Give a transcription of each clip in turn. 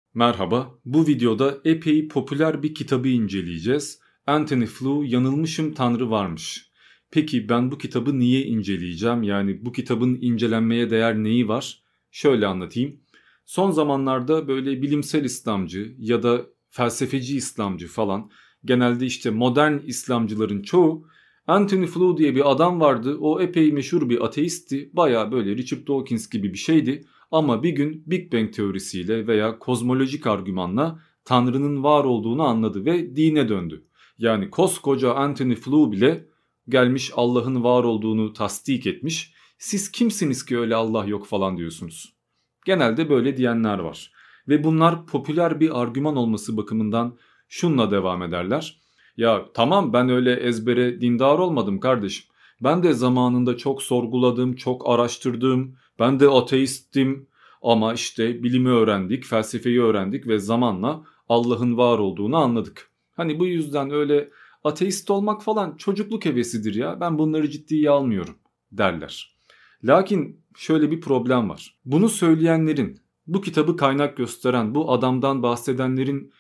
Merhaba, bu videoda epey popüler bir kitabı inceleyeceğiz. Anthony Flew Yanılmışım Tanrı Varmış. Peki ben bu kitabı niye inceleyeceğim? Yani bu kitabın incelenmeye değer neyi var? Şöyle anlatayım. Son zamanlarda böyle bilimsel İslamcı ya da felsefeci İslamcı falan, genelde işte modern İslamcıların çoğu Anthony Flew diye bir adam vardı. O epey meşhur bir ateistti. Baya böyle Richard Dawkins gibi bir şeydi. Ama bir gün Big Bang teorisiyle veya kozmolojik argümanla Tanrı'nın var olduğunu anladı ve dine döndü. Yani koskoca Anthony Flew bile gelmiş Allah'ın var olduğunu tasdik etmiş. Siz kimsiniz ki öyle Allah yok falan diyorsunuz. Genelde böyle diyenler var. Ve bunlar popüler bir argüman olması bakımından şunla devam ederler. Ya tamam, ben öyle ezbere dindar olmadım kardeşim. Ben de zamanında çok sorguladım, çok araştırdım. Ben de ateisttim ama işte bilimi öğrendik, felsefeyi öğrendik ve zamanla Allah'ın var olduğunu anladık. Hani bu yüzden öyle ateist olmak falan çocukluk hevesidir ya, ben bunları ciddiye almıyorum derler. Lakin şöyle bir problem var. Bunu söyleyenlerin, bu kitabı kaynak gösteren, bu adamdan bahsedenlerin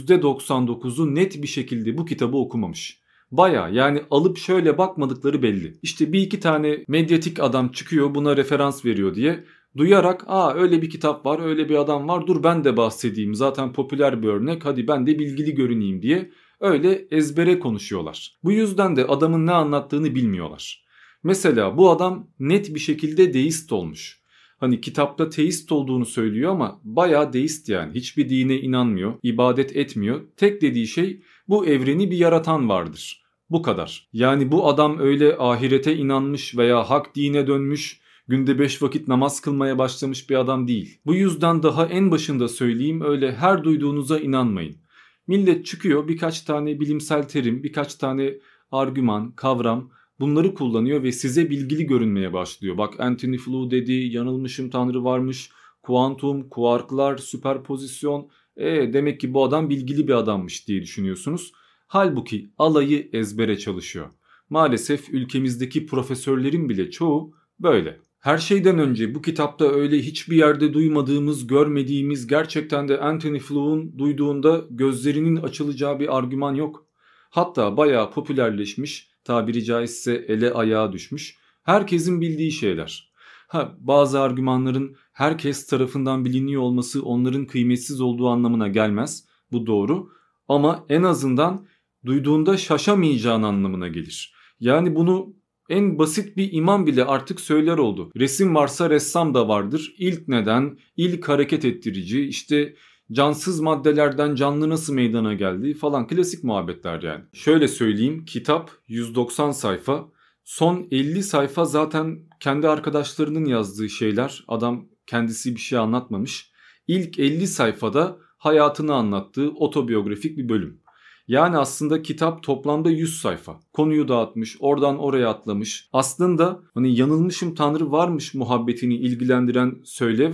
%99'u net bir şekilde bu kitabı okumamış. Baya yani alıp şöyle bakmadıkları belli. İşte bir iki tane medyatik adam çıkıyor buna referans veriyor diye duyarak öyle bir kitap var, öyle bir adam var, dur ben de bahsedeyim, zaten popüler bir örnek, hadi ben de bilgili görüneyim diye öyle ezbere konuşuyorlar. Bu yüzden de adamın ne anlattığını bilmiyorlar. Mesela bu adam net bir şekilde deist olmuş. Hani kitapta teist olduğunu söylüyor ama bayağı deist yani. Hiçbir dine inanmıyor, ibadet etmiyor. Tek dediği şey bu evreni bir yaratan vardır. Bu kadar. Yani bu adam öyle ahirete inanmış veya hak dine dönmüş, günde 5 vakit namaz kılmaya başlamış bir adam değil. Bu yüzden daha en başında söyleyeyim, öyle her duyduğunuza inanmayın. Millet çıkıyor, birkaç tane bilimsel terim, birkaç tane argüman, kavram, bunları kullanıyor ve size bilgili görünmeye başlıyor. Bak Anthony Flew dedi, yanılmışım Tanrı varmış, kuantum, kuarklar, süperpozisyon. Demek ki bu adam bilgili bir adammış diye düşünüyorsunuz. Halbuki alayı ezbere çalışıyor. Maalesef ülkemizdeki profesörlerin bile çoğu böyle. Her şeyden önce bu kitapta öyle hiçbir yerde duymadığımız, görmediğimiz, gerçekten de Anthony Flew'un duyduğunda gözlerinin açılacağı bir argüman yok. Hatta bayağı popülerleşmiş, tabiri caizse ele ayağa düşmüş, herkesin bildiği şeyler. Bazı argümanların herkes tarafından biliniyor olması onların kıymetsiz olduğu anlamına gelmez. Bu doğru. Ama en azından duyduğunda şaşamayacağın anlamına gelir. Yani bunu en basit bir imam bile artık söyler oldu. Resim varsa ressam da vardır. İlk neden, ilk hareket ettirici, işte cansız maddelerden canlı nasıl meydana geldi falan, klasik muhabbetler yani. Şöyle söyleyeyim, kitap 190 sayfa. Son 50 sayfa zaten kendi arkadaşlarının yazdığı şeyler. Adam kendisi bir şey anlatmamış. İlk 50 sayfada hayatını anlattığı otobiyografik bir bölüm. Yani aslında kitap toplamda 100 sayfa. Konuyu dağıtmış, oradan oraya atlamış. Aslında hani yanılmışım Tanrı varmış muhabbetini ilgilendiren söylev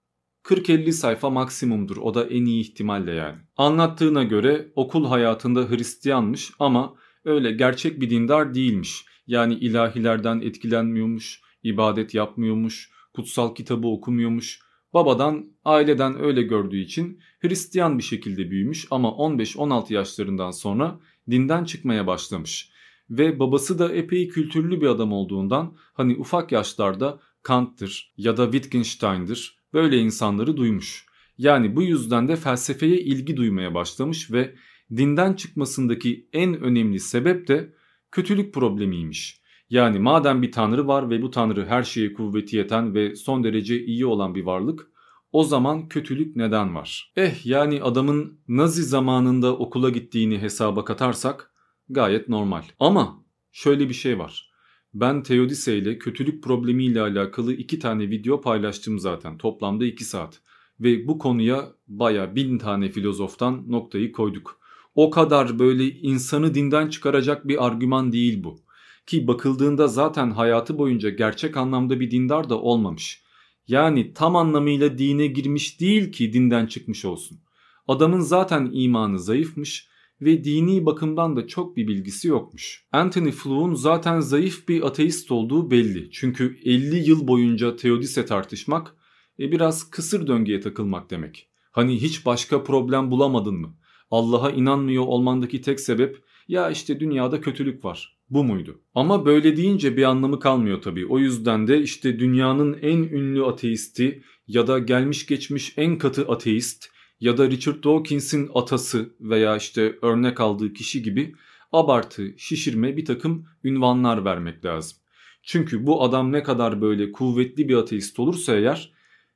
40-50 sayfa maksimumdur. O da en iyi ihtimalle yani. Anlattığına göre okul hayatında Hristiyanmış ama öyle gerçek bir dindar değilmiş. Yani ilahilerden etkilenmiyormuş, ibadet yapmıyormuş, kutsal kitabı okumuyormuş. Babadan, aileden öyle gördüğü için Hristiyan bir şekilde büyümüş ama 15-16 yaşlarından sonra dinden çıkmaya başlamış. Ve babası da epey kültürlü bir adam olduğundan hani ufak yaşlarda Kant'tır ya da Wittgenstein'dir böyle insanları duymuş. Yani bu yüzden de felsefeye ilgi duymaya başlamış ve dinden çıkmasındaki en önemli sebep de kötülük problemiymiş. Yani madem bir tanrı var ve bu tanrı her şeye kuvveti yeten ve son derece iyi olan bir varlık, o zaman kötülük neden var? Yani adamın Nazi zamanında okula gittiğini hesaba katarsak gayet normal. Ama şöyle bir şey var. Ben Theodise ile kötülük problemiyle alakalı 2 tane video paylaştım zaten. Toplamda 2 saat. Ve bu konuya baya 1000 tane filozoftan noktayı koyduk. O kadar böyle insanı dinden çıkaracak bir argüman değil bu. Ki bakıldığında zaten hayatı boyunca gerçek anlamda bir dindar da olmamış. Yani tam anlamıyla dine girmiş değil ki dinden çıkmış olsun. Adamın zaten imanı zayıfmış ve dini bakımdan da çok bir bilgisi yokmuş. Anthony Flew'un zaten zayıf bir ateist olduğu belli. Çünkü 50 yıl boyunca Theodise tartışmak biraz kısır döngüye takılmak demek. Hani hiç başka problem bulamadın mı? Allah'a inanmıyor olmandaki tek sebep ya işte dünyada kötülük var. Bu muydu? Ama böyle deyince bir anlamı kalmıyor tabii. O yüzden de işte dünyanın en ünlü ateisti ya da gelmiş geçmiş en katı ateist ya da Richard Dawkins'in atası veya işte örnek aldığı kişi gibi abartı, şişirme bir takım ünvanlar vermek lazım. Çünkü bu adam ne kadar böyle kuvvetli bir ateist olursa eğer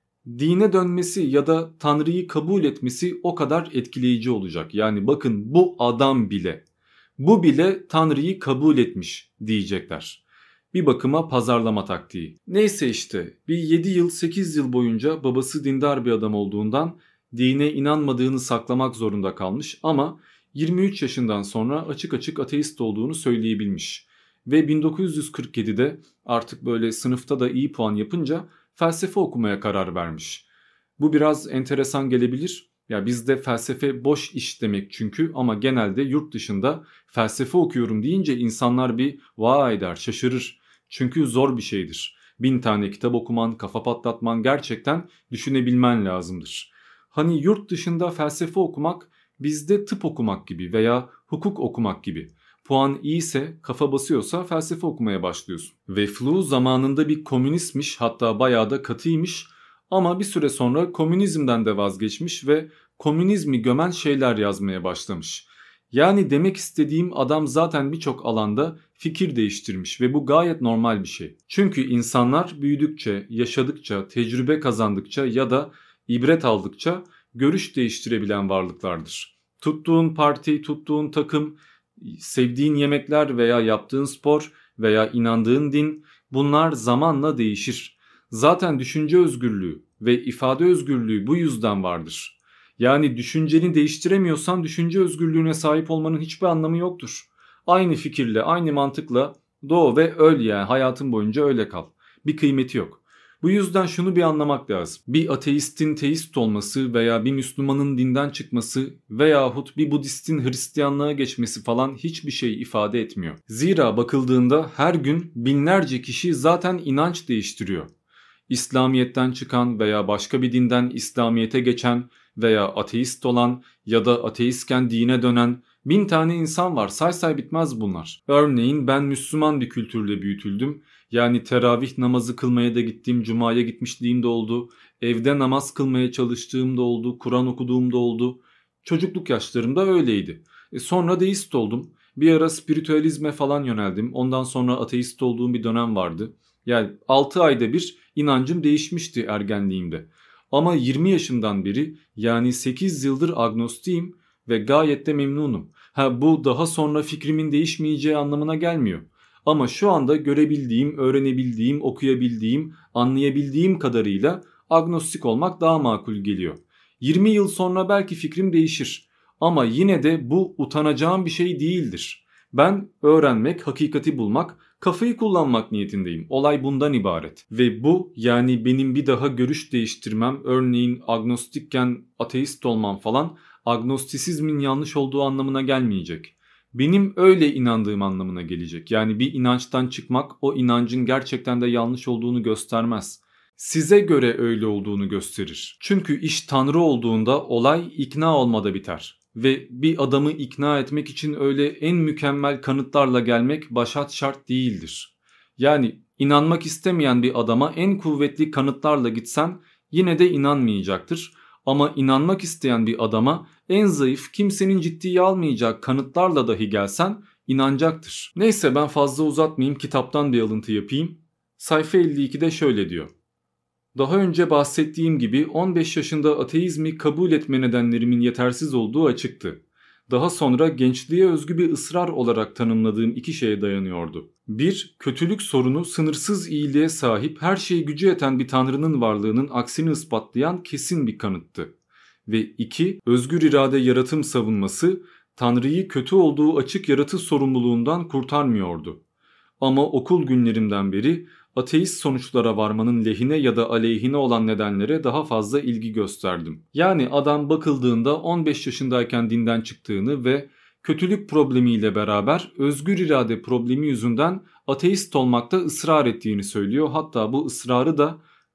dine dönmesi ya da Tanrı'yı kabul etmesi o kadar etkileyici olacak. Yani bakın bu adam bile, bu bile Tanrı'yı kabul etmiş diyecekler. Bir bakıma pazarlama taktiği. Neyse işte bir 7 yıl 8 yıl boyunca babası dindar bir adam olduğundan dine inanmadığını saklamak zorunda kalmış ama 23 yaşından sonra açık açık ateist olduğunu söyleyebilmiş. Ve 1947'de artık böyle sınıfta da iyi puan yapınca felsefe okumaya karar vermiş. Bu biraz enteresan gelebilir. Ya bizde felsefe boş iş demek çünkü ama genelde yurt dışında felsefe okuyorum deyince insanlar bir vay der, şaşırır. Çünkü zor bir şeydir. 1000 tane kitap okuman, kafa patlatman gerçekten düşünebilmen lazımdır. Hani yurt dışında felsefe okumak bizde tıp okumak gibi veya hukuk okumak gibi. Puan iyiyse, kafa basıyorsa felsefe okumaya başlıyorsun. Ve Flu zamanında bir komünistmiş, hatta bayağı da katıymış ama bir süre sonra komünizmden de vazgeçmiş ve komünizmi gömen şeyler yazmaya başlamış. Yani demek istediğim adam zaten birçok alanda fikir değiştirmiş ve bu gayet normal bir şey. Çünkü insanlar büyüdükçe, yaşadıkça, tecrübe kazandıkça ya da ibret aldıkça görüş değiştirebilen varlıklardır. Tuttuğun parti, tuttuğun takım, sevdiğin yemekler veya yaptığın spor veya inandığın din bunlar zamanla değişir. Zaten düşünce özgürlüğü ve ifade özgürlüğü bu yüzden vardır. Yani düşünceni değiştiremiyorsan düşünce özgürlüğüne sahip olmanın hiçbir anlamı yoktur. Aynı fikirle, aynı mantıkla doğ ve öl yani hayatın boyunca öyle kal. Bir kıymeti yok. Bu yüzden şunu bir anlamak lazım. Bir ateistin teist olması veya bir Müslümanın dinden çıkması veyahut bir Budistin Hristiyanlığa geçmesi falan hiçbir şey ifade etmiyor. Zira bakıldığında her gün binlerce kişi zaten inanç değiştiriyor. İslamiyet'ten çıkan veya başka bir dinden İslamiyet'e geçen veya ateist olan ya da ateistken dine dönen 1000 tane insan var. Say say bitmez bunlar. Örneğin ben Müslüman bir kültürle büyütüldüm. Yani teravih namazı kılmaya da gittiğim, cumaya gitmişliğim de oldu. Evde namaz kılmaya çalıştığım da oldu, Kur'an okuduğum da oldu. Çocukluk yaşlarımda öyleydi. Sonra deist oldum. Bir ara spiritüalizme falan yöneldim. Ondan sonra ateist olduğum bir dönem vardı. Yani 6 ayda bir inancım değişmişti ergenliğimde. Ama 20 yaşından beri yani 8 yıldır agnostiyim ve gayet de memnunum. Bu daha sonra fikrimin değişmeyeceği anlamına gelmiyor. Ama şu anda görebildiğim, öğrenebildiğim, okuyabildiğim, anlayabildiğim kadarıyla agnostik olmak daha makul geliyor. 20 yıl sonra belki fikrim değişir. Ama yine de bu utanacağım bir şey değildir. Ben öğrenmek, hakikati bulmak, kafayı kullanmak niyetindeyim. Olay bundan ibaret. Ve bu yani benim bir daha görüş değiştirmem, örneğin agnostikken ateist olmam falan agnostisizmin yanlış olduğu anlamına gelmeyecek. Benim öyle inandığım anlamına gelecek. Yani bir inançtan çıkmak o inancın gerçekten de yanlış olduğunu göstermez. Size göre öyle olduğunu gösterir. Çünkü iş Tanrı olduğunda olay ikna olmada biter. Ve bir adamı ikna etmek için öyle en mükemmel kanıtlarla gelmek başat şart değildir. Yani inanmak istemeyen bir adama en kuvvetli kanıtlarla gitsen yine de inanmayacaktır. Ama inanmak isteyen bir adama en zayıf, kimsenin ciddiye almayacak kanıtlarla dahi gelsen inanacaktır. Neyse ben fazla uzatmayayım, kitaptan bir alıntı yapayım. Sayfa 52'de şöyle diyor. Daha önce bahsettiğim gibi 15 yaşında ateizmi kabul etme nedenlerimin yetersiz olduğu açıktı. Daha sonra gençliğe özgü bir ısrar olarak tanımladığım iki şeye dayanıyordu. 1. Kötülük sorunu sınırsız iyiliğe sahip her şeyi gücü yeten bir tanrının varlığının aksini ispatlayan kesin bir kanıttı. Ve 2. Özgür irade yaratım savunması tanrıyı kötü olduğu açık yaratı sorumluluğundan kurtarmıyordu. Ama okul günlerimden beri ateist sonuçlara varmanın lehine ya da aleyhine olan nedenlere daha fazla ilgi gösterdim. Yani adam bakıldığında 15 yaşındayken dinden çıktığını ve kötülük problemiyle beraber özgür irade problemi yüzünden ateist olmakta ısrar ettiğini söylüyor. Hatta bu ısrarı da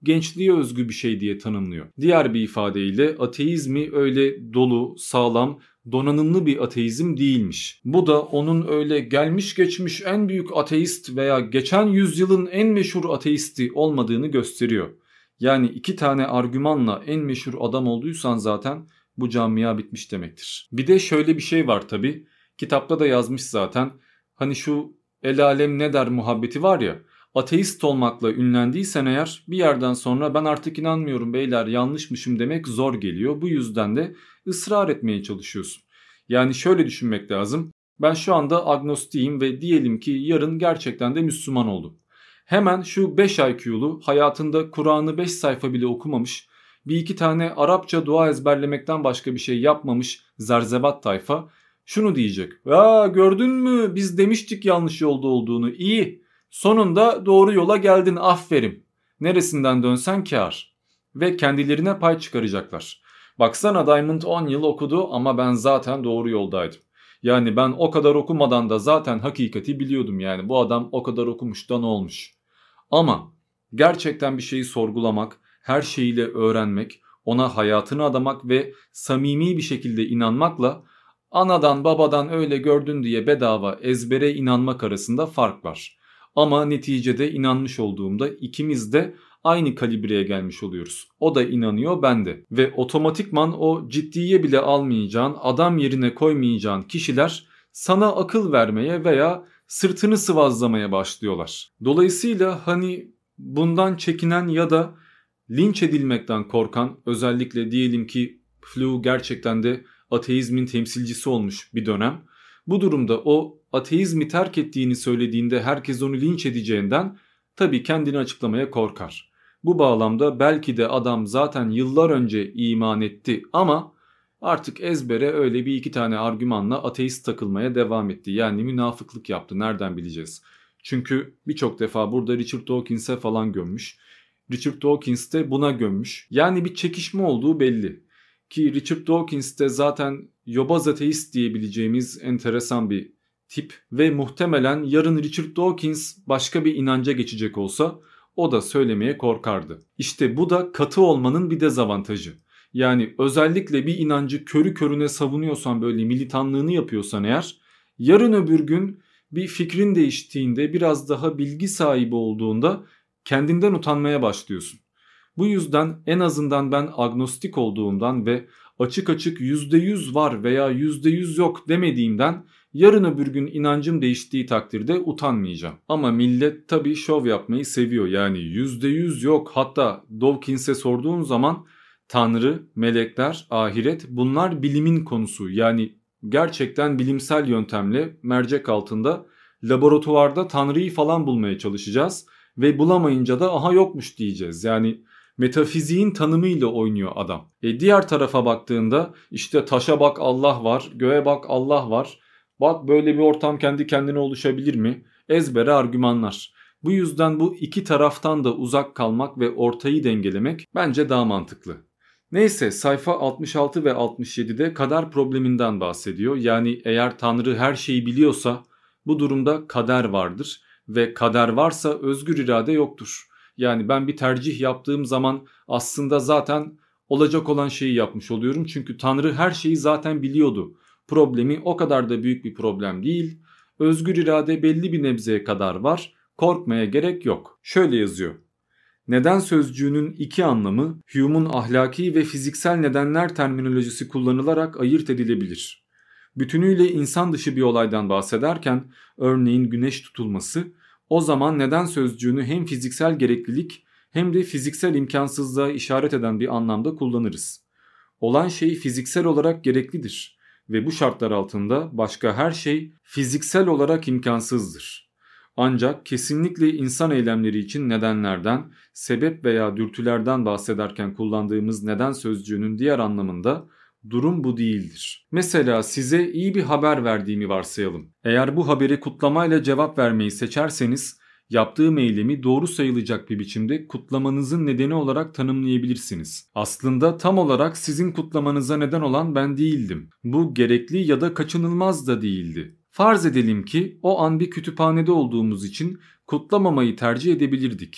gençliğe özgü bir şey diye tanımlıyor. Diğer bir ifadeyle ateizmi öyle dolu, sağlam, donanımlı bir ateizm değilmiş. Bu da onun öyle gelmiş geçmiş en büyük ateist veya geçen yüzyılın en meşhur ateisti olmadığını gösteriyor. Yani 2 tane argümanla en meşhur adam olduysan zaten bu camia bitmiş demektir. Bir de şöyle bir şey var tabi. Kitapta da yazmış zaten. Hani şu el alem ne der muhabbeti var ya. Ateist olmakla ünlendiysen eğer bir yerden sonra ben artık inanmıyorum beyler yanlışmışım demek zor geliyor. Bu yüzden de ısrar etmeye çalışıyorsun. Yani şöyle düşünmek lazım. Ben şu anda agnostiyim ve diyelim ki yarın gerçekten de Müslüman oldum. Hemen şu 5 IQ'lu hayatında Kur'an'ı 5 sayfa bile okumamış, bir iki tane Arapça dua ezberlemekten başka bir şey yapmamış zerzevat tayfa şunu diyecek. Ya gördün mü biz demiştik yanlış yolda olduğunu, iyi. Sonunda doğru yola geldin, aferin. Neresinden dönsen kâr. Ve kendilerine pay çıkaracaklar. Baksana Diamond 10 yıl okudu ama ben zaten doğru yoldaydım. Yani ben o kadar okumadan da zaten hakikati biliyordum, yani bu adam o kadar okumuş da ne olmuş. Ama gerçekten bir şeyi sorgulamak, her şeyiyle öğrenmek, ona hayatını adamak ve samimi bir şekilde inanmakla anadan babadan öyle gördün diye bedava ezbere inanmak arasında fark var. Ama neticede inanmış olduğumda ikimiz de aynı kalibreye gelmiş oluyoruz. O da inanıyor, ben de. Ve otomatikman o ciddiye bile almayacağın, adam yerine koymayacağın kişiler sana akıl vermeye veya sırtını sıvazlamaya başlıyorlar. Dolayısıyla hani bundan çekinen ya da linç edilmekten korkan, özellikle diyelim ki Flu gerçekten de ateizmin temsilcisi olmuş bir dönem. Bu durumda o ateizmi terk ettiğini söylediğinde herkes onu linç edeceğinden tabii kendini açıklamaya korkar. Bu bağlamda belki de adam zaten yıllar önce iman etti ama artık ezbere öyle bir iki tane argümanla ateist takılmaya devam etti. Yani münafıklık yaptı, nereden bileceğiz? Çünkü birçok defa burada Richard Dawkins'e falan gömmüş. Richard Dawkins de buna gömmüş. Yani bir çekişme olduğu belli. Ki Richard Dawkins de zaten yobaz ateist diyebileceğimiz enteresan bir tip. Ve muhtemelen yarın Richard Dawkins başka bir inanca geçecek olsa o da söylemeye korkardı. İşte bu da katı olmanın bir dezavantajı. Yani özellikle bir inancı körü körüne savunuyorsan, böyle militanlığını yapıyorsan eğer, yarın öbür gün bir fikrin değiştiğinde, biraz daha bilgi sahibi olduğunda kendinden utanmaya başlıyorsun. Bu yüzden en azından ben agnostik olduğumdan ve açık açık %100 var veya %100 yok demediğimden yarın öbür gün inancım değiştiği takdirde utanmayacağım. Ama millet tabii şov yapmayı seviyor. Yani %100 yok, hatta Dawkins'e sorduğun zaman Tanrı, melekler, ahiret bunlar bilimin konusu. Yani gerçekten bilimsel yöntemle mercek altında laboratuvarda Tanrı'yı falan bulmaya çalışacağız. Ve bulamayınca da aha yokmuş diyeceğiz. Yani metafiziğin tanımıyla oynuyor adam. Diğer tarafa baktığında işte taşa bak Allah var, göğe bak Allah var. Bak böyle bir ortam kendi kendine oluşabilir mi? Ezbere argümanlar. Bu yüzden bu iki taraftan da uzak kalmak ve ortayı dengelemek bence daha mantıklı. Neyse, sayfa 66 ve 67'de kader probleminden bahsediyor. Yani eğer Tanrı her şeyi biliyorsa bu durumda kader vardır ve kader varsa özgür irade yoktur. Yani ben bir tercih yaptığım zaman aslında zaten olacak olan şeyi yapmış oluyorum. Çünkü Tanrı her şeyi zaten biliyordu. Problemi o kadar da büyük bir problem değil. Özgür irade belli bir nebzeye kadar var. Korkmaya gerek yok. Şöyle yazıyor. Neden sözcüğünün iki anlamı Hume'un ahlaki ve fiziksel nedenler terminolojisi kullanılarak ayırt edilebilir. Bütünüyle insan dışı bir olaydan bahsederken, örneğin güneş tutulması, o zaman neden sözcüğünü hem fiziksel gereklilik hem de fiziksel imkansızlığa işaret eden bir anlamda kullanırız. Olan şey fiziksel olarak gereklidir ve bu şartlar altında başka her şey fiziksel olarak imkansızdır. Ancak kesinlikle insan eylemleri için nedenlerden, sebep veya dürtülerden bahsederken kullandığımız neden sözcüğünün diğer anlamında durum bu değildir. Mesela size iyi bir haber verdiğimi varsayalım. Eğer bu haberi kutlamayla cevap vermeyi seçerseniz, yaptığım eylemi doğru sayılacak bir biçimde kutlamanızın nedeni olarak tanımlayabilirsiniz. Aslında tam olarak sizin kutlamanıza neden olan ben değildim. Bu gerekli ya da kaçınılmaz da değildi. Farz edelim ki o an bir kütüphanede olduğumuz için kutlamamayı tercih edebilirdik.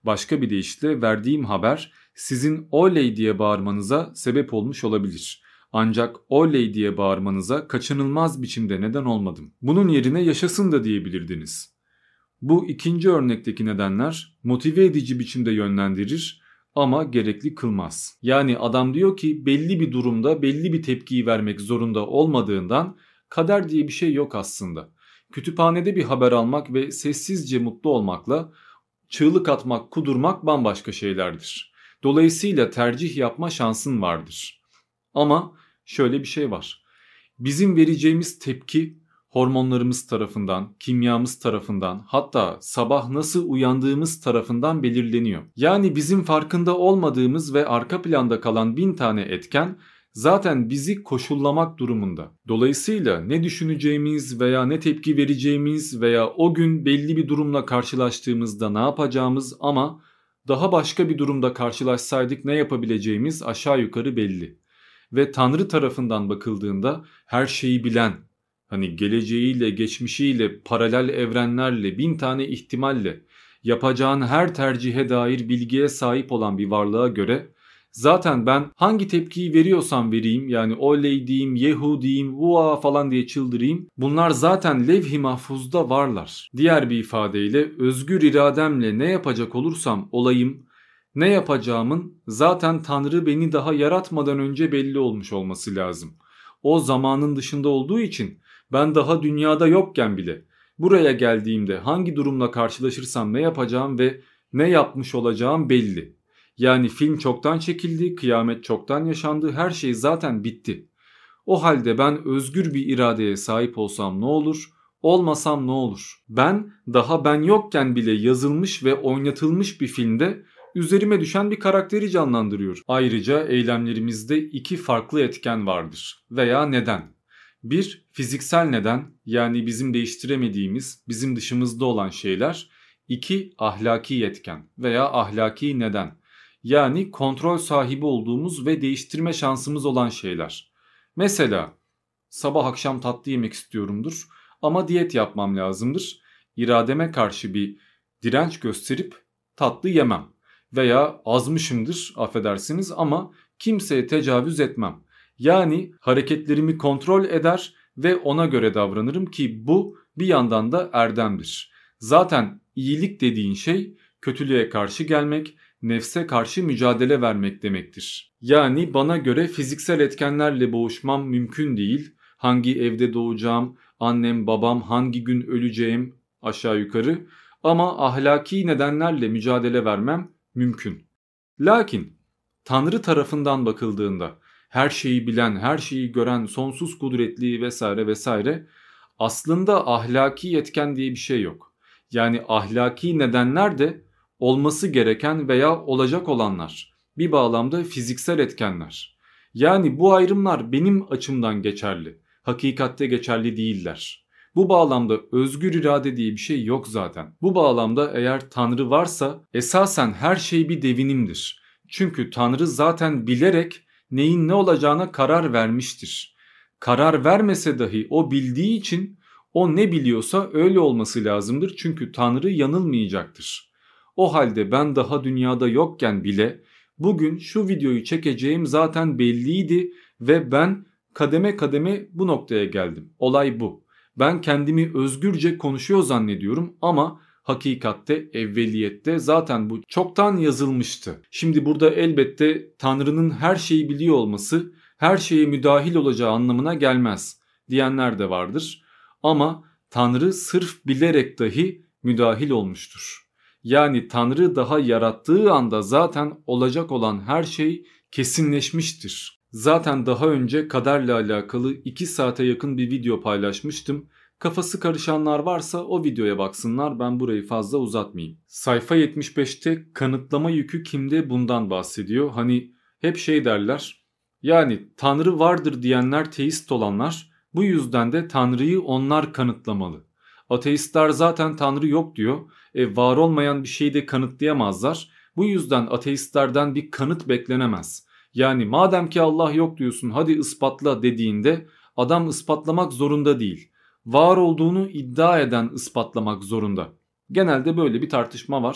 Başka bir deyişle verdiğim haber sizin oley diye bağırmanıza sebep olmuş olabilir. Ancak oley diye bağırmanıza kaçınılmaz biçimde neden olmadım. Bunun yerine yaşasın da diyebilirdiniz. Bu ikinci örnekteki nedenler motive edici biçimde yönlendirir ama gerekli kılmaz. Yani adam diyor ki belli bir durumda belli bir tepkiyi vermek zorunda olmadığından kader diye bir şey yok aslında. Kütüphanede bir haber almak ve sessizce mutlu olmakla çığlık atmak, kudurmak bambaşka şeylerdir. Dolayısıyla tercih yapma şansın vardır. Ama şöyle bir şey var. Bizim vereceğimiz tepki hormonlarımız tarafından, kimyamız tarafından, hatta sabah nasıl uyandığımız tarafından belirleniyor. Yani bizim farkında olmadığımız ve arka planda kalan 1000 tane etken zaten bizi koşullamak durumunda. Dolayısıyla ne düşüneceğimiz veya ne tepki vereceğimiz veya o gün belli bir durumla karşılaştığımızda ne yapacağımız ama daha başka bir durumda karşılaşsaydık ne yapabileceğimiz aşağı yukarı belli. Ve Tanrı tarafından bakıldığında her şeyi bilen, hani geleceğiyle, geçmişiyle, paralel evrenlerle, 1000 tane ihtimalle yapacağın her tercihe dair bilgiye sahip olan bir varlığa göre zaten ben hangi tepkiyi veriyorsam vereyim, yani oley diyeyim, yehu diyeyim, vua falan diye çıldırayım, bunlar zaten levh-i mahfuzda varlar. Diğer bir ifadeyle özgür irademle ne yapacak olursam olayım, ne yapacağımın zaten Tanrı beni daha yaratmadan önce belli olmuş olması lazım. O zamanın dışında olduğu için ben daha dünyada yokken bile buraya geldiğimde hangi durumla karşılaşırsam ne yapacağım ve ne yapmış olacağım belli. Yani film çoktan çekildi, kıyamet çoktan yaşandı, her şey zaten bitti. O halde ben özgür bir iradeye sahip olsam ne olur, olmasam ne olur? Daha ben yokken bile yazılmış ve oynatılmış bir filmde üzerime düşen bir karakteri canlandırıyor. Ayrıca eylemlerimizde 2 farklı etken vardır veya neden. Bir, fiziksel neden, yani bizim değiştiremediğimiz, bizim dışımızda olan şeyler. 2, ahlaki etken veya ahlaki neden. Yani kontrol sahibi olduğumuz ve değiştirme şansımız olan şeyler. Mesela sabah akşam tatlı yemek istiyorumdur ama diyet yapmam lazımdır. İrademe karşı bir direnç gösterip tatlı yemem. Veya azmışımdır, affedersiniz, ama kimseye tecavüz etmem. Yani hareketlerimi kontrol eder ve ona göre davranırım ki bu bir yandan da erdemdir. Zaten iyilik dediğin şey kötülüğe karşı gelmek, nefse karşı mücadele vermek demektir. Yani bana göre fiziksel etkenlerle boğuşmam mümkün değil. Hangi evde doğacağım, annem babam hangi gün öleceğim aşağı yukarı, ama ahlaki nedenlerle mücadele vermem mümkün. Lakin Tanrı tarafından bakıldığında her şeyi bilen, her şeyi gören, sonsuz kudretli vesaire vesaire, aslında ahlaki yetken diye bir şey yok. Yani ahlaki nedenler de olması gereken veya olacak olanlar. Bir bağlamda fiziksel etkenler. Yani bu ayrımlar benim açımdan geçerli. Hakikatte geçerli değiller. Bu bağlamda özgür irade diye bir şey yok zaten. Bu bağlamda eğer Tanrı varsa esasen her şey bir devinimdir. Çünkü Tanrı zaten bilerek neyin ne olacağına karar vermiştir. Karar vermese dahi o bildiği için o ne biliyorsa öyle olması lazımdır. Çünkü Tanrı yanılmayacaktır. O halde ben daha dünyada yokken bile bugün şu videoyu çekeceğim zaten belliydi ve ben kademe kademe bu noktaya geldim. Olay bu. Ben kendimi özgürce konuşuyor zannediyorum ama hakikatte, evveliyette zaten bu çoktan yazılmıştı. Şimdi burada elbette Tanrı'nın her şeyi biliyor olması her şeye müdahil olacağı anlamına gelmez diyenler de vardır. Ama Tanrı sırf bilerek dahi müdahil olmuştur. Yani Tanrı daha yarattığı anda zaten olacak olan her şey kesinleşmiştir. Zaten daha önce kaderle alakalı 2 saate yakın bir video paylaşmıştım. Kafası karışanlar varsa o videoya baksınlar, ben burayı fazla uzatmayayım. Sayfa 75'te kanıtlama yükü kimde bundan bahsediyor. Hani hep şey derler, yani Tanrı vardır diyenler teist olanlar, bu yüzden de Tanrı'yı onlar kanıtlamalı. Ateistler zaten Tanrı yok diyor. Var olmayan bir şeyi de kanıtlayamazlar. Bu yüzden ateistlerden bir kanıt beklenemez. Yani madem ki Allah yok diyorsun, hadi ispatla dediğinde adam ispatlamak zorunda değil. Var olduğunu iddia eden ispatlamak zorunda. Genelde böyle bir tartışma var.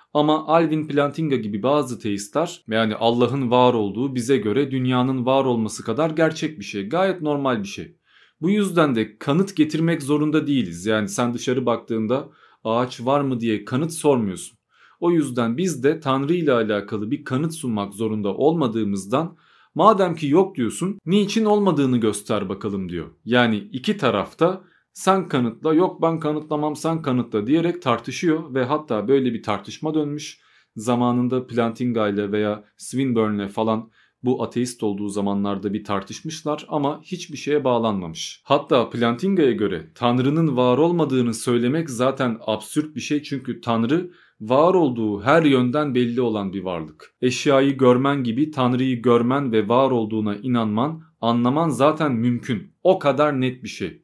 Ama Alvin Plantinga gibi bazı teistler, yani Allah'ın var olduğu bize göre dünyanın var olması kadar gerçek bir şey. Gayet normal bir şey. Bu yüzden de kanıt getirmek zorunda değiliz. Yani sen dışarı baktığında ağaç var mı diye kanıt sormuyorsun. O yüzden biz de Tanrı ile alakalı bir kanıt sunmak zorunda olmadığımızdan, madem ki yok diyorsun, niçin olmadığını göster bakalım diyor. Yani iki tarafta sen kanıtla, yok ben kanıtlamam sen kanıtla diyerek tartışıyor ve hatta böyle bir tartışma dönmüş. Zamanında Plantinga ile veya Swinburne ile falan bu ateist olduğu zamanlarda bir tartışmışlar ama hiçbir şeye bağlanmamış. Hatta Plantinga'ya göre Tanrı'nın var olmadığını söylemek zaten absürt bir şey, çünkü Tanrı var olduğu her yönden belli olan bir varlık. Eşyayı görmen gibi Tanrı'yı görmen ve var olduğuna inanman, anlaman zaten mümkün. O kadar net bir şey.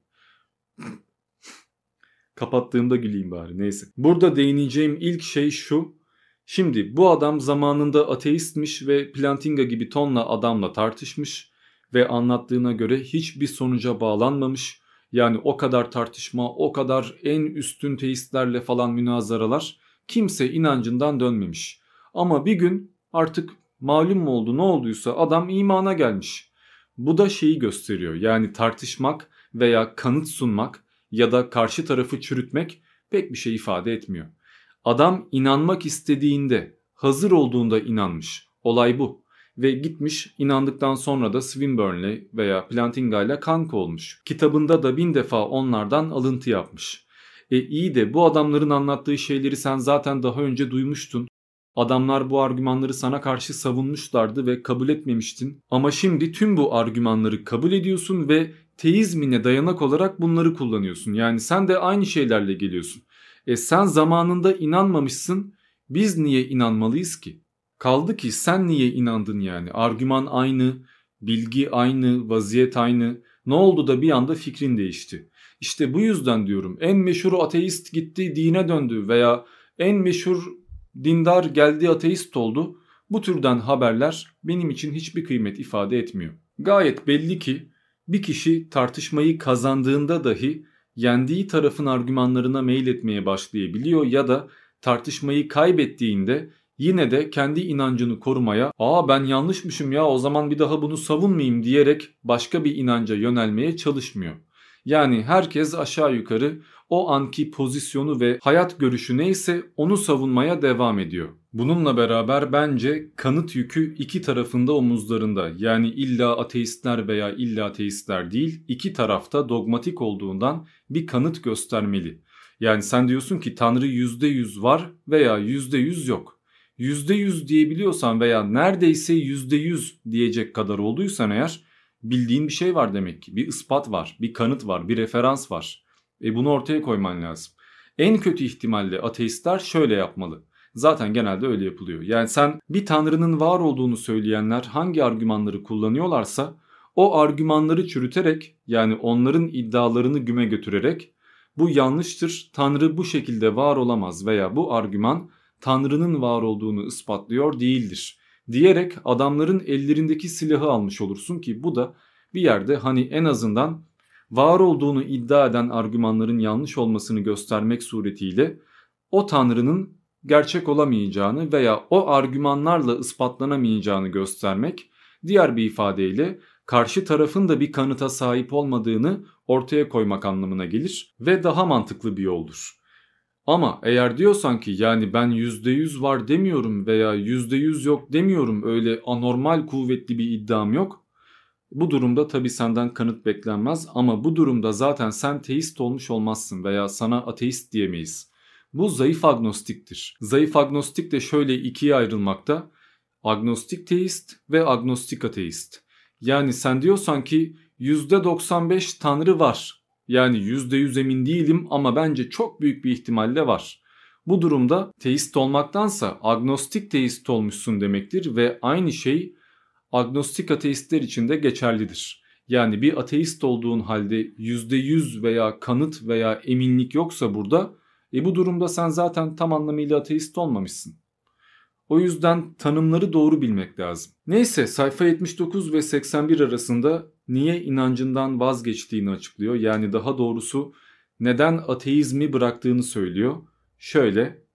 Kapattığımda güleyim bari, neyse. Burada değineceğim ilk şey şu. Şimdi bu adam zamanında ateistmiş ve Plantinga gibi tonla adamla tartışmış ve anlattığına göre hiçbir sonuca bağlanmamış. Yani o kadar tartışma, o kadar en üstün teistlerle falan münazaralar, kimse inancından dönmemiş. Ama bir gün artık malum mu oldu ne olduysa adam imana gelmiş. Bu da şeyi gösteriyor, yani tartışmak veya kanıt sunmak ya da karşı tarafı çürütmek pek bir şey ifade etmiyor. Adam inanmak istediğinde, hazır olduğunda inanmış. Olay bu. Ve gitmiş, inandıktan sonra da Swinburne'le veya Plantinga'yla kanka olmuş. Kitabında da 1000 defa onlardan alıntı yapmış. İyi de bu adamların anlattığı şeyleri sen zaten daha önce duymuştun. Adamlar bu argümanları sana karşı savunmuşlardı ve kabul etmemiştin. Ama şimdi tüm bu argümanları kabul ediyorsun ve teizmine dayanak olarak bunları kullanıyorsun. Yani sen de aynı şeylerle geliyorsun. Sen zamanında inanmamışsın, biz niye inanmalıyız ki? Kaldı ki sen niye inandın yani? Argüman aynı, bilgi aynı, vaziyet aynı. Ne oldu da bir anda fikrin değişti? İşte bu yüzden diyorum, en meşhur ateist gitti dine döndü veya en meşhur dindar geldi ateist oldu. Bu türden haberler benim için hiçbir kıymet ifade etmiyor. Gayet belli ki bir kişi tartışmayı kazandığında dahi yendiği tarafın argümanlarına meyletmeye başlayabiliyor ya da tartışmayı kaybettiğinde yine de kendi inancını korumaya, ben yanlışmışım ya o zaman bir daha bunu savunmayayım diyerek başka bir inanca yönelmeye çalışmıyor. Yani herkes aşağı yukarı o anki pozisyonu ve hayat görüşü neyse onu savunmaya devam ediyor. Bununla beraber bence kanıt yükü iki tarafında omuzlarında. Yani illa ateistler veya illa ateistler değil, iki tarafta dogmatik olduğundan bir kanıt göstermeli. Yani sen diyorsun ki Tanrı %100 var veya %100 yok. %100 diyebiliyorsan veya neredeyse %100 diyecek kadar olduysan eğer, bildiğin bir şey var demek ki. Bir ispat var, bir kanıt var, bir referans var. Bunu ortaya koyman lazım. En kötü ihtimalle ateistler şöyle yapmalı. Zaten genelde öyle yapılıyor. Yani sen bir tanrının var olduğunu söyleyenler hangi argümanları kullanıyorlarsa o argümanları çürüterek, yani onların iddialarını güme götürerek bu yanlıştır, Tanrı bu şekilde var olamaz veya bu argüman Tanrı'nın var olduğunu ispatlıyor değildir diyerek adamların ellerindeki silahı almış olursun ki bu da bir yerde hani en azından var olduğunu iddia eden argümanların yanlış olmasını göstermek suretiyle o Tanrı'nın gerçek olamayacağını veya o argümanlarla ispatlanamayacağını göstermek, diğer bir ifadeyle karşı tarafın da bir kanıta sahip olmadığını ortaya koymak anlamına gelir ve daha mantıklı bir yoldur. Ama eğer diyorsan ki yani ben %100 var demiyorum veya %100 yok demiyorum, öyle anormal kuvvetli bir iddiam yok. Bu durumda tabii senden kanıt beklenmez ama bu durumda zaten sen teist olmuş olmazsın veya sana ateist diyemeyiz. Bu zayıf agnostiktir. Zayıf agnostik de şöyle ikiye ayrılmakta: agnostik teist ve agnostik ateist. Yani sen diyorsan ki %95 Tanrı var. Yani %100 emin değilim ama bence çok büyük bir ihtimalle var. Bu durumda teist olmaktansa agnostik teist olmuşsun demektir ve aynı şey agnostik ateistler için de geçerlidir. Yani bir ateist olduğun halde %100 veya kanıt veya eminlik yoksa burada, bu durumda sen zaten tam anlamıyla ateist olmamışsın. O yüzden tanımları doğru bilmek lazım. Neyse, sayfa 79 ve 81 arasında niye inancından vazgeçtiğini açıklıyor. Yani daha doğrusu neden ateizmi bıraktığını söylüyor. Şöyle: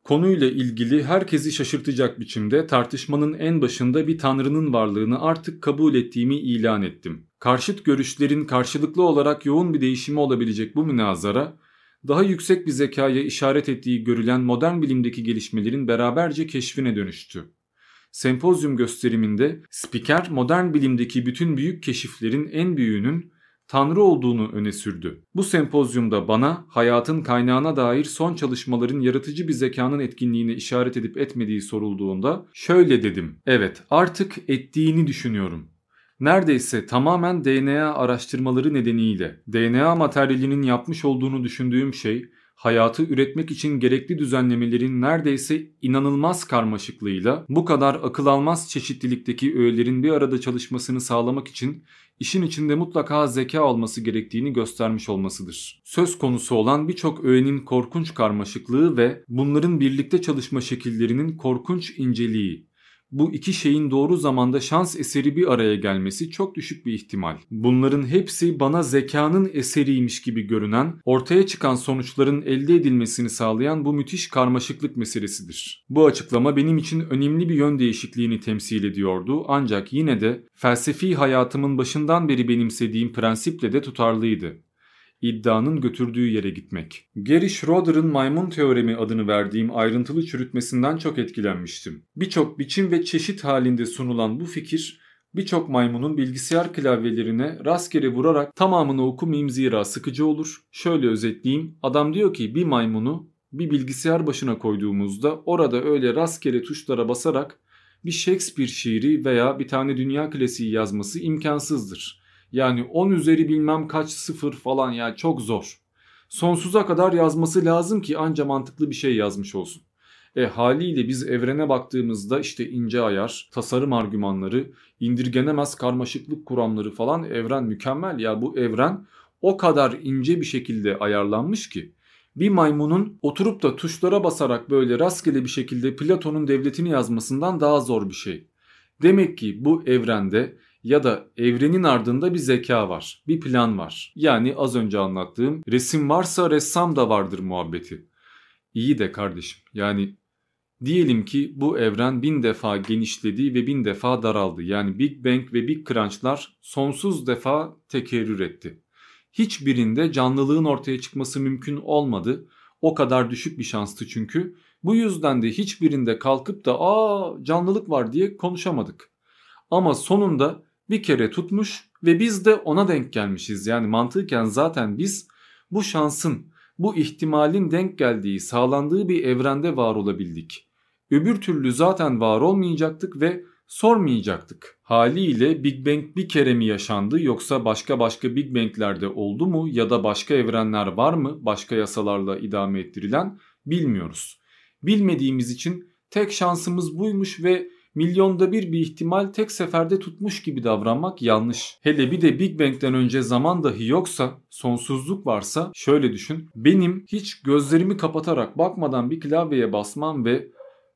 Konuyla ilgili herkesi şaşırtacak biçimde tartışmanın en başında bir tanrının varlığını artık kabul ettiğimi ilan ettim. Karşıt görüşlerin karşılıklı olarak yoğun bir değişimi olabilecek bu münazara, daha yüksek bir zekaya işaret ettiği görülen modern bilimdeki gelişmelerin beraberce keşfine dönüştü. Sempozyum gösteriminde spiker modern bilimdeki bütün büyük keşiflerin en büyüğünün Tanrı olduğunu öne sürdü. Bu sempozyumda bana hayatın kaynağına dair son çalışmaların yaratıcı bir zekanın etkinliğine işaret edip etmediği sorulduğunda şöyle dedim: evet, artık ettiğini düşünüyorum. Neredeyse tamamen DNA araştırmaları nedeniyle DNA materyalinin yapmış olduğunu düşündüğüm şey, hayatı üretmek için gerekli düzenlemelerin neredeyse inanılmaz karmaşıklığıyla bu kadar akıl almaz çeşitlilikteki öğelerin bir arada çalışmasını sağlamak için işin içinde mutlaka zeka olması gerektiğini göstermiş olmasıdır. Söz konusu olan birçok öğenin korkunç karmaşıklığı ve bunların birlikte çalışma şekillerinin korkunç inceliği. Bu iki şeyin doğru zamanda şans eseri bir araya gelmesi çok düşük bir ihtimal. Bunların hepsi bana zekanın eseriymiş gibi görünen, ortaya çıkan sonuçların elde edilmesini sağlayan bu müthiş karmaşıklık meselesidir. Bu açıklama benim için önemli bir yön değişikliğini temsil ediyordu, ancak yine de felsefi hayatımın başından beri benimsediğim prensiple de tutarlıydı. İddianın götürdüğü yere gitmek. Gary Schroeder'ın maymun teoremi adını verdiğim ayrıntılı çürütmesinden çok etkilenmiştim. Birçok biçim ve çeşit halinde sunulan bu fikir, birçok maymunun bilgisayar klavyelerine rastgele vurarak tamamını okumayayım zira sıkıcı olur. Şöyle özetleyeyim: adam diyor ki bir maymunu bir bilgisayar başına koyduğumuzda orada öyle rastgele tuşlara basarak bir Shakespeare şiiri veya bir tane dünya klasiği yazması imkansızdır. Yani 10 üzeri bilmem kaç sıfır falan, ya çok zor. Sonsuza kadar yazması lazım ki anca mantıklı bir şey yazmış olsun. Haliyle biz evrene baktığımızda işte ince ayar, tasarım argümanları, indirgenemez karmaşıklık kuramları falan, evren mükemmel ya. Bu evren o kadar ince bir şekilde ayarlanmış ki bir maymunun oturup da tuşlara basarak böyle rastgele bir şekilde Platon'un devletini yazmasından daha zor bir şey. Demek ki bu evrende ya da evrenin ardında bir zeka var, bir plan var. Yani az önce anlattığım resim varsa ressam da vardır muhabbeti. İyi de kardeşim, yani diyelim ki bu evren 1000 defa genişledi ve 1000 defa daraldı. Yani Big Bang ve Big Crunch'lar sonsuz defa tekerrür etti. Hiçbirinde canlılığın ortaya çıkması mümkün olmadı. O kadar düşük bir şanstı çünkü. Bu yüzden de hiçbirinde kalkıp da canlılık var diye konuşamadık. Ama sonunda bir kere tutmuş ve biz de ona denk gelmişiz. Yani mantıken zaten biz bu şansın, bu ihtimalin denk geldiği, sağlandığı bir evrende var olabildik. Öbür türlü zaten var olmayacaktık ve sormayacaktık. Haliyle Big Bang bir kere mi yaşandı, yoksa başka Big Bang'lerde oldu mu ya da başka evrenler var mı başka yasalarla idame ettirilen, bilmiyoruz. Bilmediğimiz için tek şansımız buymuş ve milyonda bir ihtimal tek seferde tutmuş gibi davranmak yanlış. Hele bir de Big Bang'den önce zaman dahi yoksa, sonsuzluk varsa şöyle düşün. Benim hiç gözlerimi kapatarak bakmadan bir klavyeye basmam ve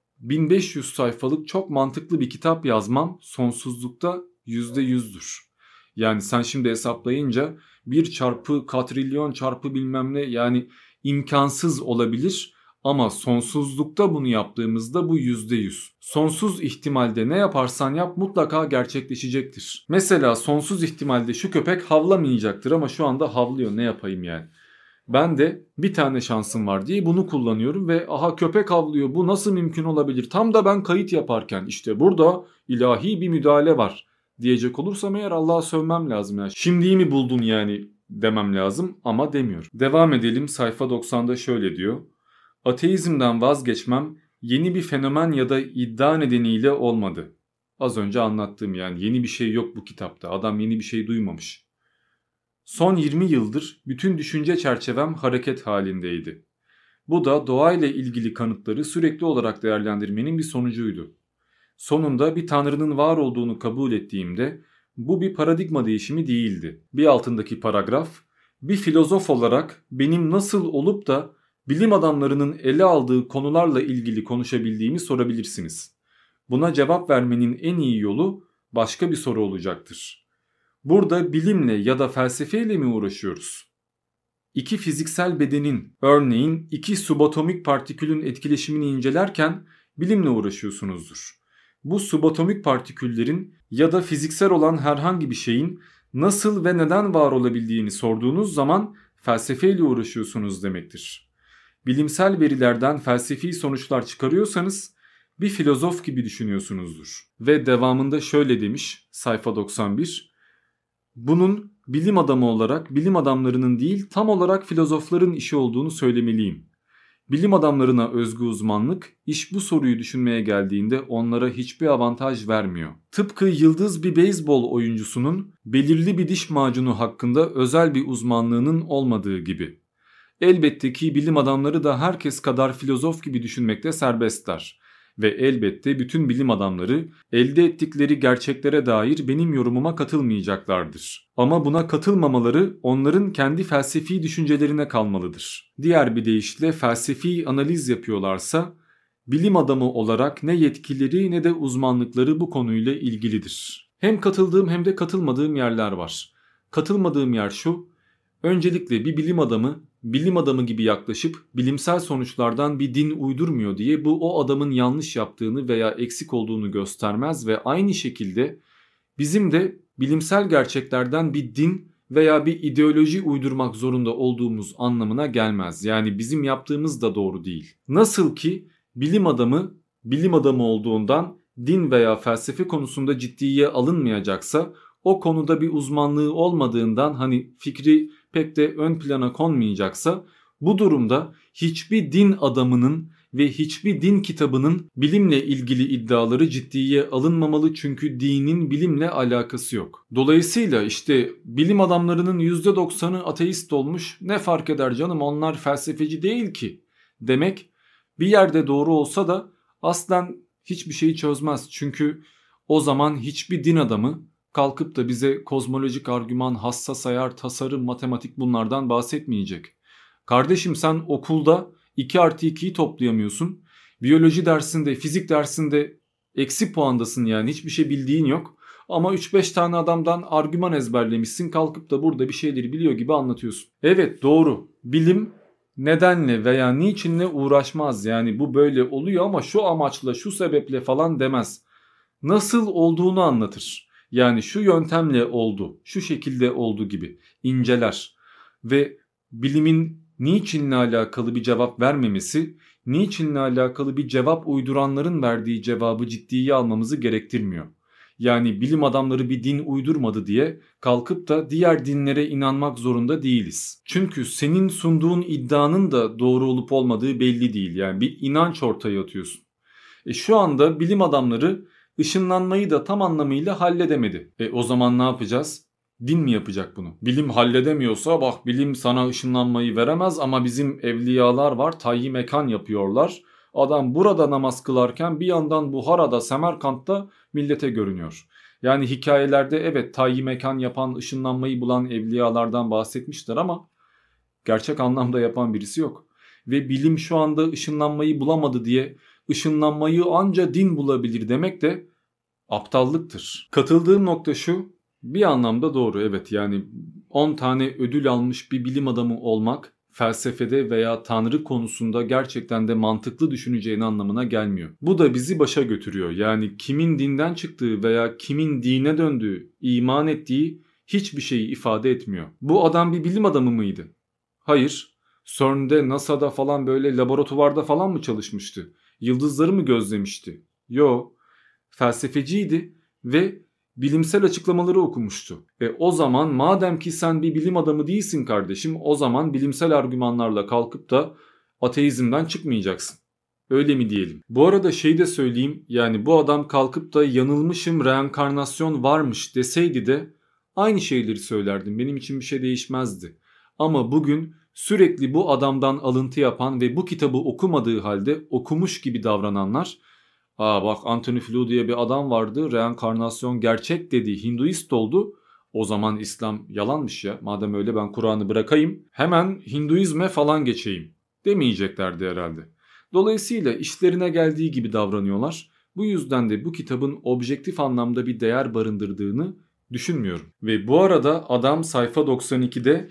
1500 sayfalık çok mantıklı bir kitap yazmam sonsuzlukta %100'dür. Yani sen şimdi hesaplayınca 1 çarpı katrilyon çarpı bilmem ne, yani imkansız olabilir. Ama sonsuzlukta bunu yaptığımızda bu %100. Sonsuz ihtimalde ne yaparsan yap mutlaka gerçekleşecektir. Mesela sonsuz ihtimalde şu köpek havlamayacaktır ama şu anda havlıyor, ne yapayım yani. Ben de bir tane şansım var diye bunu kullanıyorum ve aha köpek havlıyor, bu nasıl mümkün olabilir? Tam da ben kayıt yaparken işte burada ilahi bir müdahale var diyecek olursam eğer Allah'a sövmem lazım ya. Şimdi iyi mi buldun yani demem lazım ama demiyorum. Devam edelim, sayfa 90'da şöyle diyor. Ateizmden vazgeçmem yeni bir fenomen ya da iddia nedeniyle olmadı. Az önce anlattığım, yani yeni bir şey yok bu kitapta. Adam yeni bir şey duymamış. Son 20 yıldır bütün düşünce çerçevem hareket halindeydi. Bu da doğayla ilgili kanıtları sürekli olarak değerlendirmenin bir sonucuydu. Sonunda bir tanrının var olduğunu kabul ettiğimde bu bir paradigma değişimi değildi. Bir altındaki paragraf, bir filozof olarak benim nasıl olup da bilim adamlarının ele aldığı konularla ilgili konuşabildiğimi sorabilirsiniz. Buna cevap vermenin en iyi yolu başka bir soru olacaktır. Burada bilimle ya da felsefeyle mi uğraşıyoruz? İki fiziksel bedenin, örneğin iki subatomik partikülün etkileşimini incelerken bilimle uğraşıyorsunuzdur. Bu subatomik partiküllerin ya da fiziksel olan herhangi bir şeyin nasıl ve neden var olabildiğini sorduğunuz zaman felsefeyle uğraşıyorsunuz demektir. Bilimsel verilerden felsefi sonuçlar çıkarıyorsanız bir filozof gibi düşünüyorsunuzdur. Ve devamında şöyle demiş sayfa 91. Bunun bilim adamı olarak bilim adamlarının değil tam olarak filozofların işi olduğunu söylemeliyim. Bilim adamlarına özgü uzmanlık iş bu soruyu düşünmeye geldiğinde onlara hiçbir avantaj vermiyor. Tıpkı yıldız bir beyzbol oyuncusunun belirli bir diş macunu hakkında özel bir uzmanlığının olmadığı gibi. Elbette ki bilim adamları da herkes kadar filozof gibi düşünmekte serbestler. Ve elbette bütün bilim adamları elde ettikleri gerçeklere dair benim yorumuma katılmayacaklardır. Ama buna katılmamaları onların kendi felsefi düşüncelerine kalmalıdır. Diğer bir deyişle felsefi analiz yapıyorlarsa bilim adamı olarak ne yetkileri ne de uzmanlıkları bu konuyla ilgilidir. Hem katıldığım hem de katılmadığım yerler var. Katılmadığım yer şu: öncelikle bir bilim adamı gibi yaklaşıp bilimsel sonuçlardan bir din uydurmuyor diye bu o adamın yanlış yaptığını veya eksik olduğunu göstermez ve aynı şekilde bizim de bilimsel gerçeklerden bir din veya bir ideoloji uydurmak zorunda olduğumuz anlamına gelmez. Yani bizim yaptığımız da doğru değil. Nasıl ki bilim adamı olduğundan din veya felsefe konusunda ciddiye alınmayacaksa, o konuda bir uzmanlığı olmadığından hani fikri pek de ön plana konmayacaksa, bu durumda hiçbir din adamının ve hiçbir din kitabının bilimle ilgili iddiaları ciddiye alınmamalı, çünkü dinin bilimle alakası yok. Dolayısıyla işte bilim adamlarının %90'ı ateist olmuş, ne fark eder canım onlar felsefeci değil ki demek bir yerde doğru olsa da aslen hiçbir şeyi çözmez. Çünkü o zaman hiçbir din adamı kalkıp da bize kozmolojik argüman, hassas ayar, tasarım, matematik bunlardan bahsetmeyecek. Kardeşim sen okulda 2+2'yi toplayamıyorsun. Biyoloji dersinde, fizik dersinde eksi puandasın, yani hiçbir şey bildiğin yok. Ama 3-5 tane adamdan argüman ezberlemişsin, kalkıp da burada bir şeyleri biliyor gibi anlatıyorsun. Evet, doğru. Bilim nedenle veya niçinle uğraşmaz. Yani bu böyle oluyor ama şu amaçla, şu sebeple falan demez. Nasıl olduğunu anlatır. Yani şu yöntemle oldu, şu şekilde oldu gibi inceler. Ve bilimin niçinle alakalı bir cevap vermemesi, niçinle alakalı bir cevap uyduranların verdiği cevabı ciddiye almamızı gerektirmiyor. Yani bilim adamları bir din uydurmadı diye kalkıp da diğer dinlere inanmak zorunda değiliz. Çünkü senin sunduğun iddianın da doğru olup olmadığı belli değil. Yani bir inanç ortaya atıyorsun. Şu anda bilim adamları ışınlanmayı da tam anlamıyla halledemedi. O zaman ne yapacağız? Din mi yapacak bunu? Bilim halledemiyorsa bak, bilim sana ışınlanmayı veremez ama bizim evliyalar var, tayyi mekan yapıyorlar. Adam burada namaz kılarken bir yandan Buhara'da, Semerkant'ta millete görünüyor. Yani hikayelerde evet tayyi mekan yapan, ışınlanmayı bulan evliyalardan bahsetmişler ama gerçek anlamda yapan birisi yok. Ve bilim şu anda ışınlanmayı bulamadı diye ışınlanmayı anca din bulabilir demek de aptallıktır. Katıldığım nokta şu: bir anlamda doğru, evet, yani 10 tane ödül almış bir bilim adamı olmak felsefede veya tanrı konusunda gerçekten de mantıklı düşüneceğin anlamına gelmiyor. Bu da bizi başa götürüyor. Yani kimin dinden çıktığı veya kimin dine döndüğü, iman ettiği hiçbir şeyi ifade etmiyor. Bu adam bir bilim adamı mıydı? Hayır. CERN'de, NASA'da falan böyle laboratuvarda falan mı çalışmıştı? Yıldızları mı gözlemişti? Yo. Felsefeciydi ve bilimsel açıklamaları okumuştu. O zaman madem ki sen bir bilim adamı değilsin kardeşim, o zaman bilimsel argümanlarla kalkıp da ateizmden çıkmayacaksın. Öyle mi diyelim? Bu arada şey de söyleyeyim, yani bu adam kalkıp da yanılmışım, reenkarnasyon varmış deseydi de aynı şeyleri söylerdim. Benim için bir şey değişmezdi. Ama bugün sürekli bu adamdan alıntı yapan ve bu kitabı okumadığı halde okumuş gibi davrananlar, bak Anthony Flew diye bir adam vardı, reenkarnasyon gerçek dedi, Hinduist oldu, o zaman İslam yalanmış ya, madem öyle ben Kur'an'ı bırakayım hemen Hinduizme falan geçeyim demeyeceklerdi herhalde. Dolayısıyla işlerine geldiği gibi davranıyorlar. Bu yüzden de bu kitabın objektif anlamda bir değer barındırdığını düşünmüyorum. Ve bu arada adam sayfa 92'de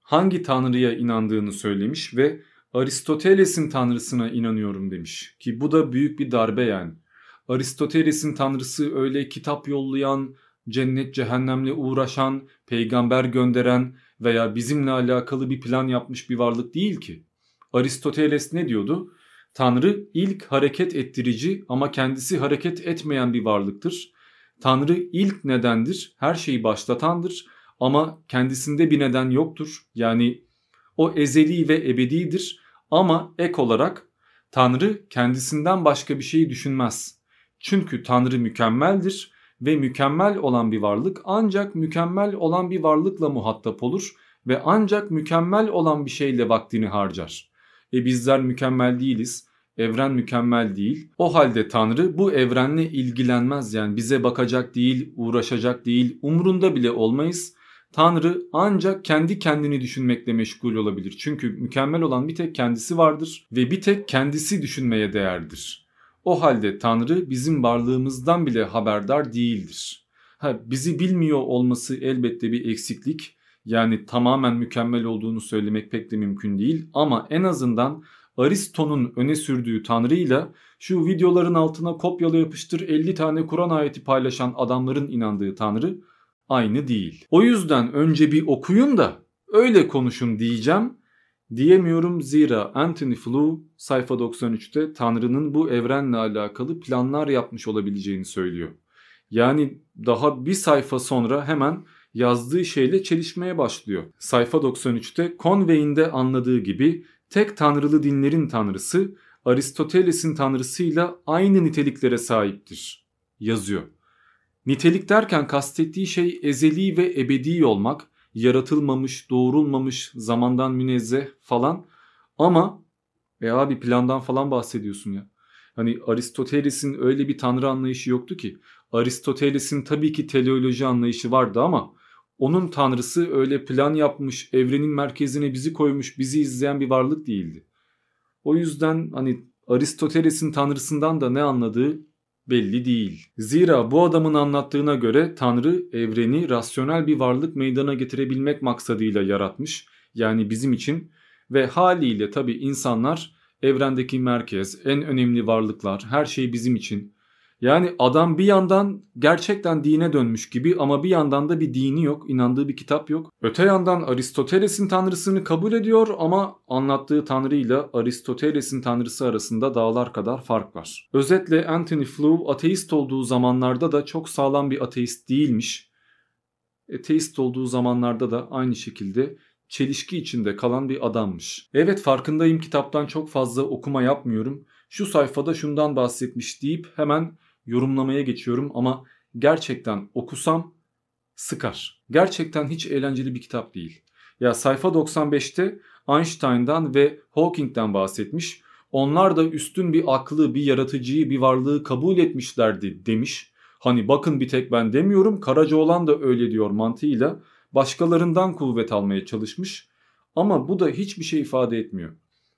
hangi tanrıya inandığını söylemiş ve Aristoteles'in tanrısına inanıyorum demiş. Ki bu da büyük bir darbe yani. Aristoteles'in tanrısı öyle kitap yollayan, cennet cehennemle uğraşan, peygamber gönderen veya bizimle alakalı bir plan yapmış bir varlık değil ki. Aristoteles ne diyordu? Tanrı ilk hareket ettirici ama kendisi hareket etmeyen bir varlıktır. Tanrı ilk nedendir, her şeyi başlatandır ama kendisinde bir neden yoktur. Yani o ezeli ve ebedidir ama ek olarak Tanrı kendisinden başka bir şeyi düşünmez. Çünkü Tanrı mükemmeldir ve mükemmel olan bir varlık ancak mükemmel olan bir varlıkla muhatap olur ve ancak mükemmel olan bir şeyle vaktini harcar. Bizler mükemmel değiliz. Evren mükemmel değil. O halde Tanrı bu evrenle ilgilenmez. Yani bize bakacak değil, uğraşacak değil, umrunda bile olmayız. Tanrı ancak kendi kendini düşünmekle meşgul olabilir. Çünkü mükemmel olan bir tek kendisi vardır ve bir tek kendisi düşünmeye değerdir. O halde Tanrı bizim varlığımızdan bile haberdar değildir. Bizi bilmiyor olması elbette bir eksiklik. Yani tamamen mükemmel olduğunu söylemek pek de mümkün değil ama en azından Aristo'nun öne sürdüğü Tanrı'yla şu videoların altına kopyala yapıştır 50 tane Kur'an ayeti paylaşan adamların inandığı Tanrı aynı değil. O yüzden önce bir okuyun da öyle konuşun diyeceğim. Diyemiyorum zira Anthony Flew sayfa 93'te Tanrı'nın bu evrenle alakalı planlar yapmış olabileceğini söylüyor. Yani daha bir sayfa sonra hemen yazdığı şeyle çelişmeye başlıyor. Sayfa 93'te Conway'in de anladığı gibi tek tanrılı dinlerin tanrısı Aristoteles'in tanrısıyla aynı niteliklere sahiptir yazıyor. Nitelik derken kastettiği şey ezeli ve ebedi olmak, yaratılmamış, doğrulmamış, zamandan münezzeh falan. Ama abi plandan falan bahsediyorsun ya. Hani Aristoteles'in öyle bir tanrı anlayışı yoktu ki. Aristoteles'in tabii ki teleoloji anlayışı vardı ama onun tanrısı öyle plan yapmış, evrenin merkezine bizi koymuş, bizi izleyen bir varlık değildi. O yüzden hani Aristoteles'in tanrısından da ne anladığı belli değil. Zira bu adamın anlattığına göre Tanrı evreni rasyonel bir varlık meydana getirebilmek maksadıyla yaratmış. Yani bizim için ve haliyle tabii insanlar evrendeki merkez, en önemli varlıklar, her şey bizim için. Yani adam bir yandan gerçekten dine dönmüş gibi ama bir yandan da bir dini yok, inandığı bir kitap yok. Öte yandan Aristoteles'in tanrısını kabul ediyor ama anlattığı tanrıyla Aristoteles'in tanrısı arasında dağlar kadar fark var. Özetle Anthony Flew ateist olduğu zamanlarda da çok sağlam bir ateist değilmiş. Teist olduğu zamanlarda da aynı şekilde çelişki içinde kalan bir adammış. Evet farkındayım kitaptan çok fazla okuma yapmıyorum. Şu sayfada şundan bahsetmiş deyip hemen yorumlamaya geçiyorum ama gerçekten okusam sıkar. Gerçekten hiç eğlenceli bir kitap değil. Ya sayfa 95'te Einstein'dan ve Hawking'den bahsetmiş. Onlar da üstün bir aklı, bir yaratıcıyı, bir varlığı kabul etmişlerdi demiş. Hani bakın bir tek ben demiyorum, Karacaoğlan da öyle diyor mantığıyla başkalarından kuvvet almaya çalışmış. Ama bu da hiçbir şey ifade etmiyor.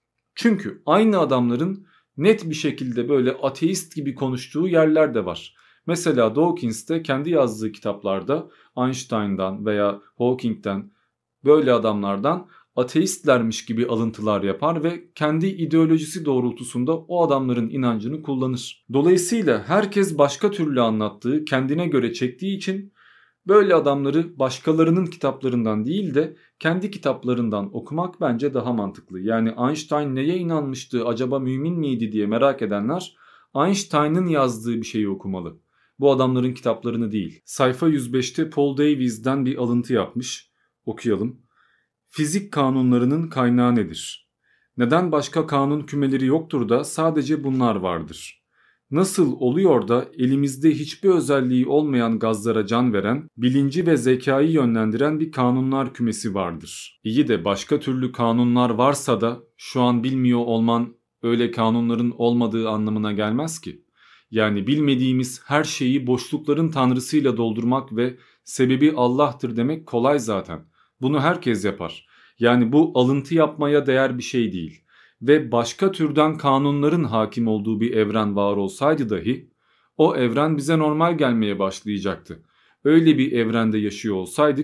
Çünkü aynı adamların net bir şekilde böyle ateist gibi konuştuğu yerler de var. Mesela Dawkins de kendi yazdığı kitaplarda Einstein'dan veya Hawking'den böyle adamlardan ateistlermiş gibi alıntılar yapar ve kendi ideolojisi doğrultusunda o adamların inancını kullanır. Dolayısıyla herkes başka türlü anlattığı, kendine göre çektiği için böyle adamları başkalarının kitaplarından değil de kendi kitaplarından okumak bence daha mantıklı. Yani Einstein neye inanmıştı, acaba mümin miydi diye merak edenler Einstein'ın yazdığı bir şeyi okumalı. Bu adamların kitaplarını değil. Sayfa 105'te Paul Davies'den bir alıntı yapmış. Okuyalım. Fizik kanunlarının kaynağı nedir? Neden başka kanun kümeleri yoktur da sadece bunlar vardır? Nasıl oluyor da elimizde hiçbir özelliği olmayan gazlara can veren, bilinci ve zekayı yönlendiren bir kanunlar kümesi vardır? İyi de başka türlü kanunlar varsa da şu an bilmiyor olman öyle kanunların olmadığı anlamına gelmez ki. Yani bilmediğimiz her şeyi boşlukların tanrısıyla doldurmak ve sebebi Allah'tır demek kolay zaten. Bunu herkes yapar. Yani bu alıntı yapmaya değer bir şey değil. Ve başka türden kanunların hakim olduğu bir evren var olsaydı dahi o evren bize normal gelmeye başlayacaktı. Öyle bir evrende yaşıyor olsaydık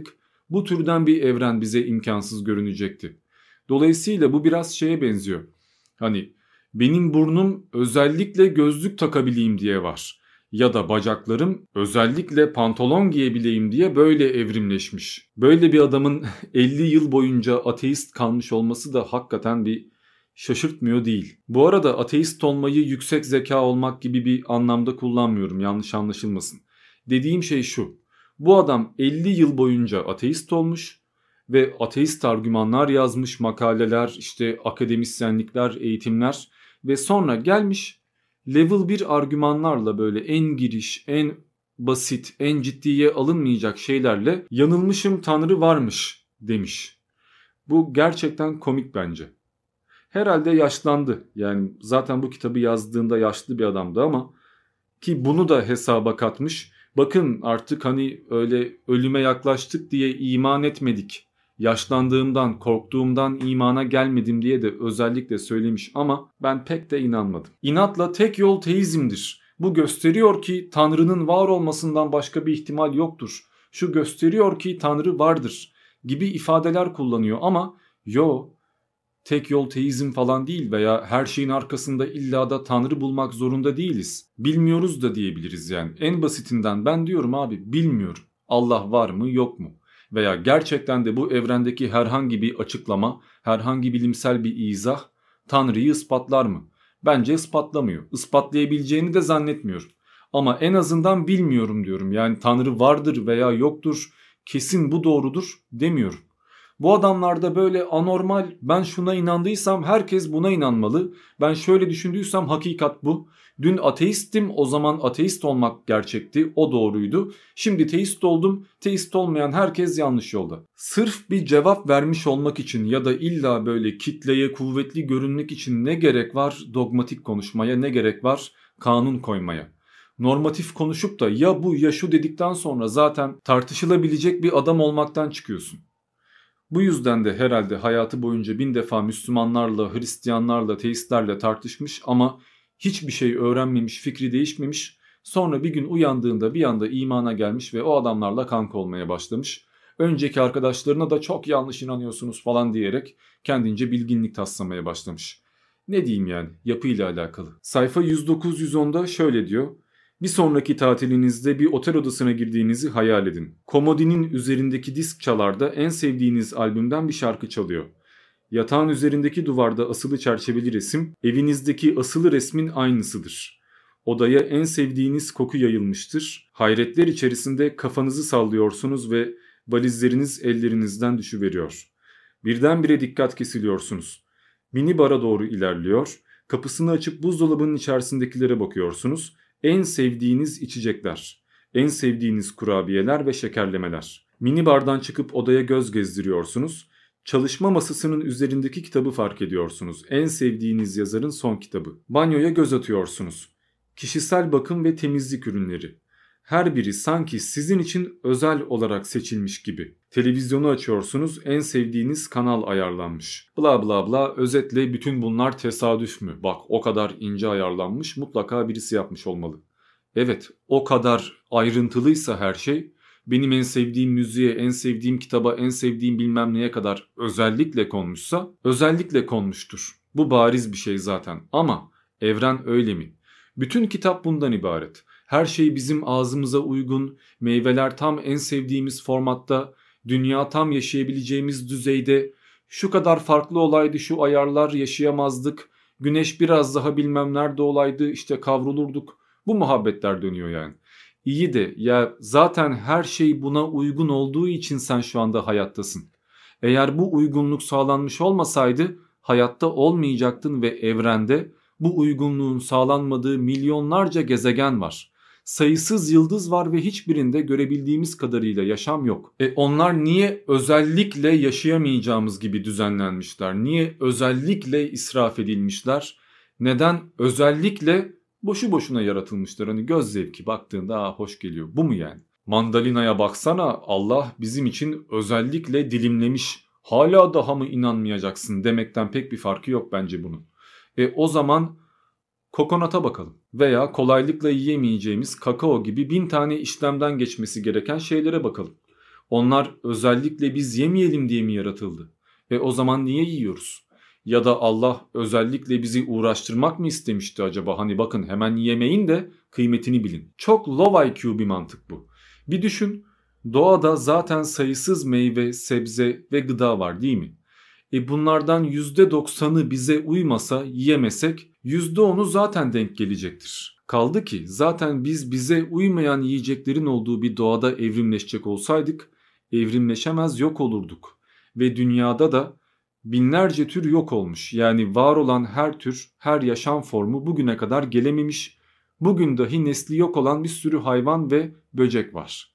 Bu türden bir evren bize imkansız görünecekti. Dolayısıyla bu biraz şeye benziyor. Hani benim burnum özellikle gözlük takabileyim diye var. Ya da bacaklarım özellikle pantolon giyebileyim diye böyle evrimleşmiş. Böyle bir adamın 50 yıl boyunca ateist kalmış olması da hakikaten bir şaşırtmıyor değil. Bu arada ateist olmayı yüksek zeka olmak gibi bir anlamda kullanmıyorum, yanlış anlaşılmasın. Dediğim şey şu: bu adam 50 yıl boyunca ateist olmuş ve ateist argümanlar yazmış, makaleler, işte akademisyenlikler, eğitimler ve sonra gelmiş level 1 argümanlarla, böyle en giriş, en basit, en ciddiye alınmayacak şeylerle yanılmışım, Tanrı varmış demiş. Bu gerçekten komik bence. Herhalde yaşlandı. Yani zaten bu kitabı yazdığında yaşlı bir adamdı ama ki bunu da hesaba katmış. Bakın artık hani öyle ölüme yaklaştık diye iman etmedik. Yaşlandığımdan, korktuğumdan imana gelmedim diye de özellikle söylemiş ama ben pek de inanmadım. İnatla tek yol teizmdir. Bu gösteriyor ki Tanrı'nın var olmasından başka bir ihtimal yoktur. Şu gösteriyor ki Tanrı vardır gibi ifadeler kullanıyor ama yo, tek yol teizm falan değil veya her şeyin arkasında illa da Tanrı bulmak zorunda değiliz. Bilmiyoruz da diyebiliriz yani. En basitinden ben diyorum abi, bilmiyorum. Allah var mı yok mu? Veya gerçekten de bu evrendeki herhangi bir açıklama, herhangi bilimsel bir izah Tanrı'yı ispatlar mı? Bence ispatlamıyor. İspatlayabileceğini de zannetmiyorum. Ama en azından bilmiyorum diyorum. Yani Tanrı vardır veya yoktur, kesin bu doğrudur demiyorum. Bu adamlarda böyle anormal, ben şuna inandıysam herkes buna inanmalı, ben şöyle düşündüysem hakikat bu. Dün ateisttim, o zaman ateist olmak gerçekti, o doğruydu. Şimdi teist oldum, teist olmayan herkes yanlış yolda. Sırf bir cevap vermiş olmak için ya da illa böyle kitleye kuvvetli görünmek için ne gerek var dogmatik konuşmaya, ne gerek var kanun koymaya? Normatif konuşup da ya bu ya şu dedikten sonra zaten tartışılabilecek bir adam olmaktan çıkıyorsun. Bu yüzden de herhalde hayatı boyunca 1000 defa Müslümanlarla, Hristiyanlarla, teistlerle tartışmış ama hiçbir şey öğrenmemiş, fikri değişmemiş. Sonra bir gün uyandığında bir anda imana gelmiş ve o adamlarla kanka olmaya başlamış. Önceki arkadaşlarına da çok yanlış inanıyorsunuz falan diyerek kendince bilginlik taslamaya başlamış. Ne diyeyim yani, yapıyla alakalı. Sayfa 109-110'da şöyle diyor. Bir sonraki tatilinizde bir otel odasına girdiğinizi hayal edin. Komodinin üzerindeki disk çalarda en sevdiğiniz albümden bir şarkı çalıyor. Yatağın üzerindeki duvarda asılı çerçeveli resim, evinizdeki asılı resmin aynısıdır. Odaya en sevdiğiniz koku yayılmıştır. Hayretler içerisinde kafanızı sallıyorsunuz ve valizleriniz ellerinizden düşüveriyor. Birdenbire dikkat kesiliyorsunuz. Minibara doğru ilerliyor. Kapısını açıp buzdolabının içerisindekilere bakıyorsunuz. En sevdiğiniz içecekler, en sevdiğiniz kurabiyeler ve şekerlemeler. Minibardan çıkıp odaya göz gezdiriyorsunuz. Çalışma masasının üzerindeki kitabı fark ediyorsunuz. En sevdiğiniz yazarın son kitabı. Banyoya göz atıyorsunuz. Kişisel bakım ve temizlik ürünleri. Her biri sanki sizin için özel olarak seçilmiş gibi. Televizyonu açıyorsunuz, en sevdiğiniz kanal ayarlanmış. Bla bla bla, özetle bütün bunlar tesadüf mü? Bak o kadar ince ayarlanmış, mutlaka birisi yapmış olmalı. Evet, o kadar ayrıntılıysa her şey, benim en sevdiğim müziğe, en sevdiğim kitaba, en sevdiğim bilmem neye kadar özellikle konmuşsa özellikle konmuştur. Bu bariz bir şey zaten ama evren öyle mi? Bütün kitap bundan ibaret. Her şey bizim ağzımıza uygun, meyveler tam en sevdiğimiz formatta, dünya tam yaşayabileceğimiz düzeyde, şu kadar farklı olaydı, şu ayarlar yaşayamazdık, güneş biraz daha bilmem nerede olaydı, işte kavrulurduk. Bu muhabbetler dönüyor yani. İyi de ya zaten her şey buna uygun olduğu için sen şu anda hayattasın. Eğer bu uygunluk sağlanmış olmasaydı hayatta olmayacaktın ve evrende bu uygunluğun sağlanmadığı milyonlarca gezegen var. Sayısız yıldız var ve hiçbirinde görebildiğimiz kadarıyla yaşam yok. Onlar niye özellikle yaşayamayacağımız gibi düzenlenmişler? Niye özellikle israf edilmişler? Neden özellikle boşu boşuna yaratılmışlar? Hani göz zevki baktığında hoş geliyor. Bu mu yani? Mandalina'ya baksana, Allah bizim için özellikle dilimlemiş. Hala daha mı inanmayacaksın demekten pek bir farkı yok bence bunun. O zaman kokonata bakalım veya kolaylıkla yiyemeyeceğimiz kakao gibi 1000 tane işlemden geçmesi gereken şeylere bakalım. Onlar özellikle biz yemeyelim diye mi yaratıldı? O zaman niye yiyoruz? Ya da Allah özellikle bizi uğraştırmak mı istemişti acaba? Hani bakın hemen yemeyin de kıymetini bilin. Çok low IQ bir mantık bu. Bir düşün, doğada zaten sayısız meyve, sebze ve gıda var değil mi? Bunlardan %90'ı bize uymasa, yiyemesek %10'u zaten denk gelecektir. Kaldı ki zaten biz bize uymayan yiyeceklerin olduğu bir doğada evrimleşecek olsaydık evrimleşemez yok olurduk. Ve dünyada da binlerce tür yok olmuş. Yani var olan her tür, her yaşam formu bugüne kadar gelememiş. Bugün dahi nesli yok olan bir sürü hayvan ve böcek var.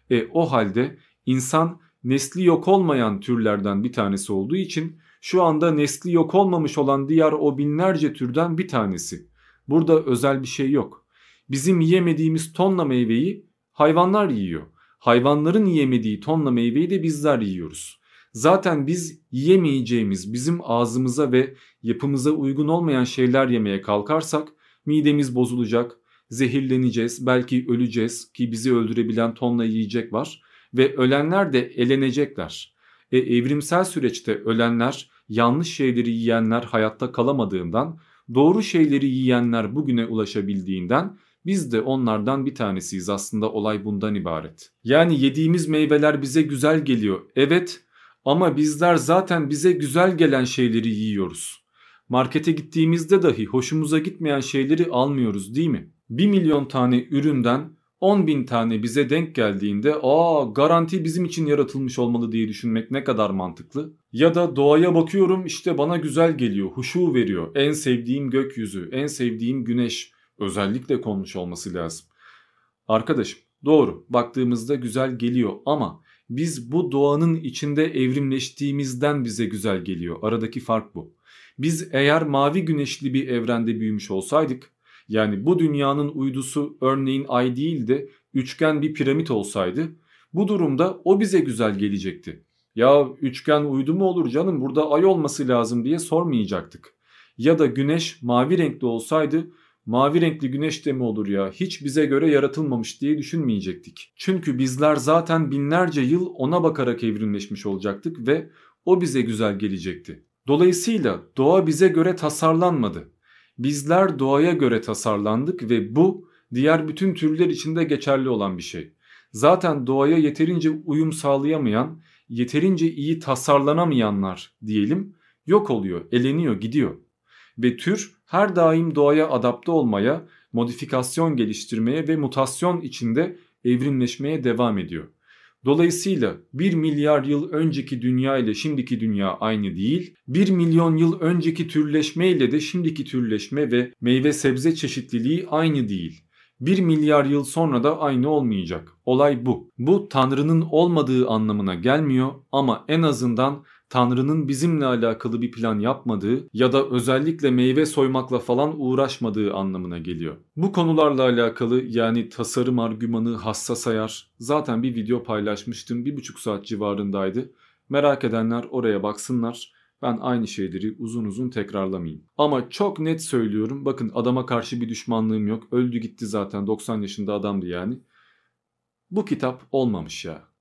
O halde insan nesli yok olmayan türlerden bir tanesi olduğu için şu anda nesli yok olmamış olan diğer o binlerce türden bir tanesi. Burada özel bir şey yok. Bizim yiyemediğimiz tonla meyveyi hayvanlar yiyor. Hayvanların yiyemediği tonla meyveyi de bizler yiyoruz. Zaten biz yiyemeyeceğimiz, bizim ağzımıza ve yapımıza uygun olmayan şeyler yemeye kalkarsak midemiz bozulacak, zehirleneceğiz, belki öleceğiz ki bizi öldürebilen tonla yiyecek var ve ölenler de elenecekler. Evrimsel süreçte ölenler, yanlış şeyleri yiyenler hayatta kalamadığından, doğru şeyleri yiyenler bugüne ulaşabildiğinden biz de onlardan bir tanesiyiz. Aslında olay bundan ibaret. Yani yediğimiz meyveler bize güzel geliyor. Evet, ama bizler zaten bize güzel gelen şeyleri yiyoruz. Markete gittiğimizde dahi hoşumuza gitmeyen şeyleri almıyoruz değil mi? 1 milyon tane üründen 10.000 tane bize denk geldiğinde garanti bizim için yaratılmış olmalı diye düşünmek ne kadar mantıklı? Ya da doğaya bakıyorum, işte bana güzel geliyor, huşu veriyor. En sevdiğim gökyüzü, en sevdiğim güneş özellikle konmuş olması lazım. Arkadaşım, doğru, baktığımızda güzel geliyor ama biz bu doğanın içinde evrimleştiğimizden bize güzel geliyor. Aradaki fark bu. Biz eğer mavi güneşli bir evrende büyümüş olsaydık, yani bu dünyanın uydusu örneğin ay değil de üçgen bir piramit olsaydı, bu durumda o bize güzel gelecekti. Ya üçgen uydu mu olur canım, burada ay olması lazım diye sormayacaktık. Ya da güneş mavi renkli olsaydı, mavi renkli güneş de mi olur ya, hiç bize göre yaratılmamış diye düşünmeyecektik. Çünkü bizler zaten binlerce yıl ona bakarak evrimleşmiş olacaktık ve o bize güzel gelecekti. Dolayısıyla doğa bize göre tasarlanmadı. Bizler doğaya göre tasarlandık ve bu diğer bütün türler için de geçerli olan bir şey. Zaten doğaya yeterince uyum sağlayamayan, yeterince iyi tasarlanamayanlar diyelim yok oluyor, eleniyor, gidiyor. Ve tür her daim doğaya adapte olmaya, modifikasyon geliştirmeye ve mutasyon içinde evrimleşmeye devam ediyor. Dolayısıyla 1 milyar yıl önceki dünya ile şimdiki dünya aynı değil. 1 milyon yıl önceki türleşme ile de şimdiki türleşme ve meyve sebze çeşitliliği aynı değil. 1 milyar yıl sonra da aynı olmayacak. Olay bu. Bu Tanrı'nın olmadığı anlamına gelmiyor ama en azından Tanrı'nın bizimle alakalı bir plan yapmadığı ya da özellikle meyve soymakla falan uğraşmadığı anlamına geliyor. Bu konularla alakalı, yani tasarım argümanı, hassas ayar, zaten bir video paylaşmıştım. 1,5 saat civarındaydı. Merak edenler oraya baksınlar. Ben aynı şeyleri uzun uzun tekrarlamayayım. Ama çok net söylüyorum. Bakın, adama karşı bir düşmanlığım yok. Öldü gitti zaten, 90 yaşında adamdı yani. Bu kitap olmamış ya.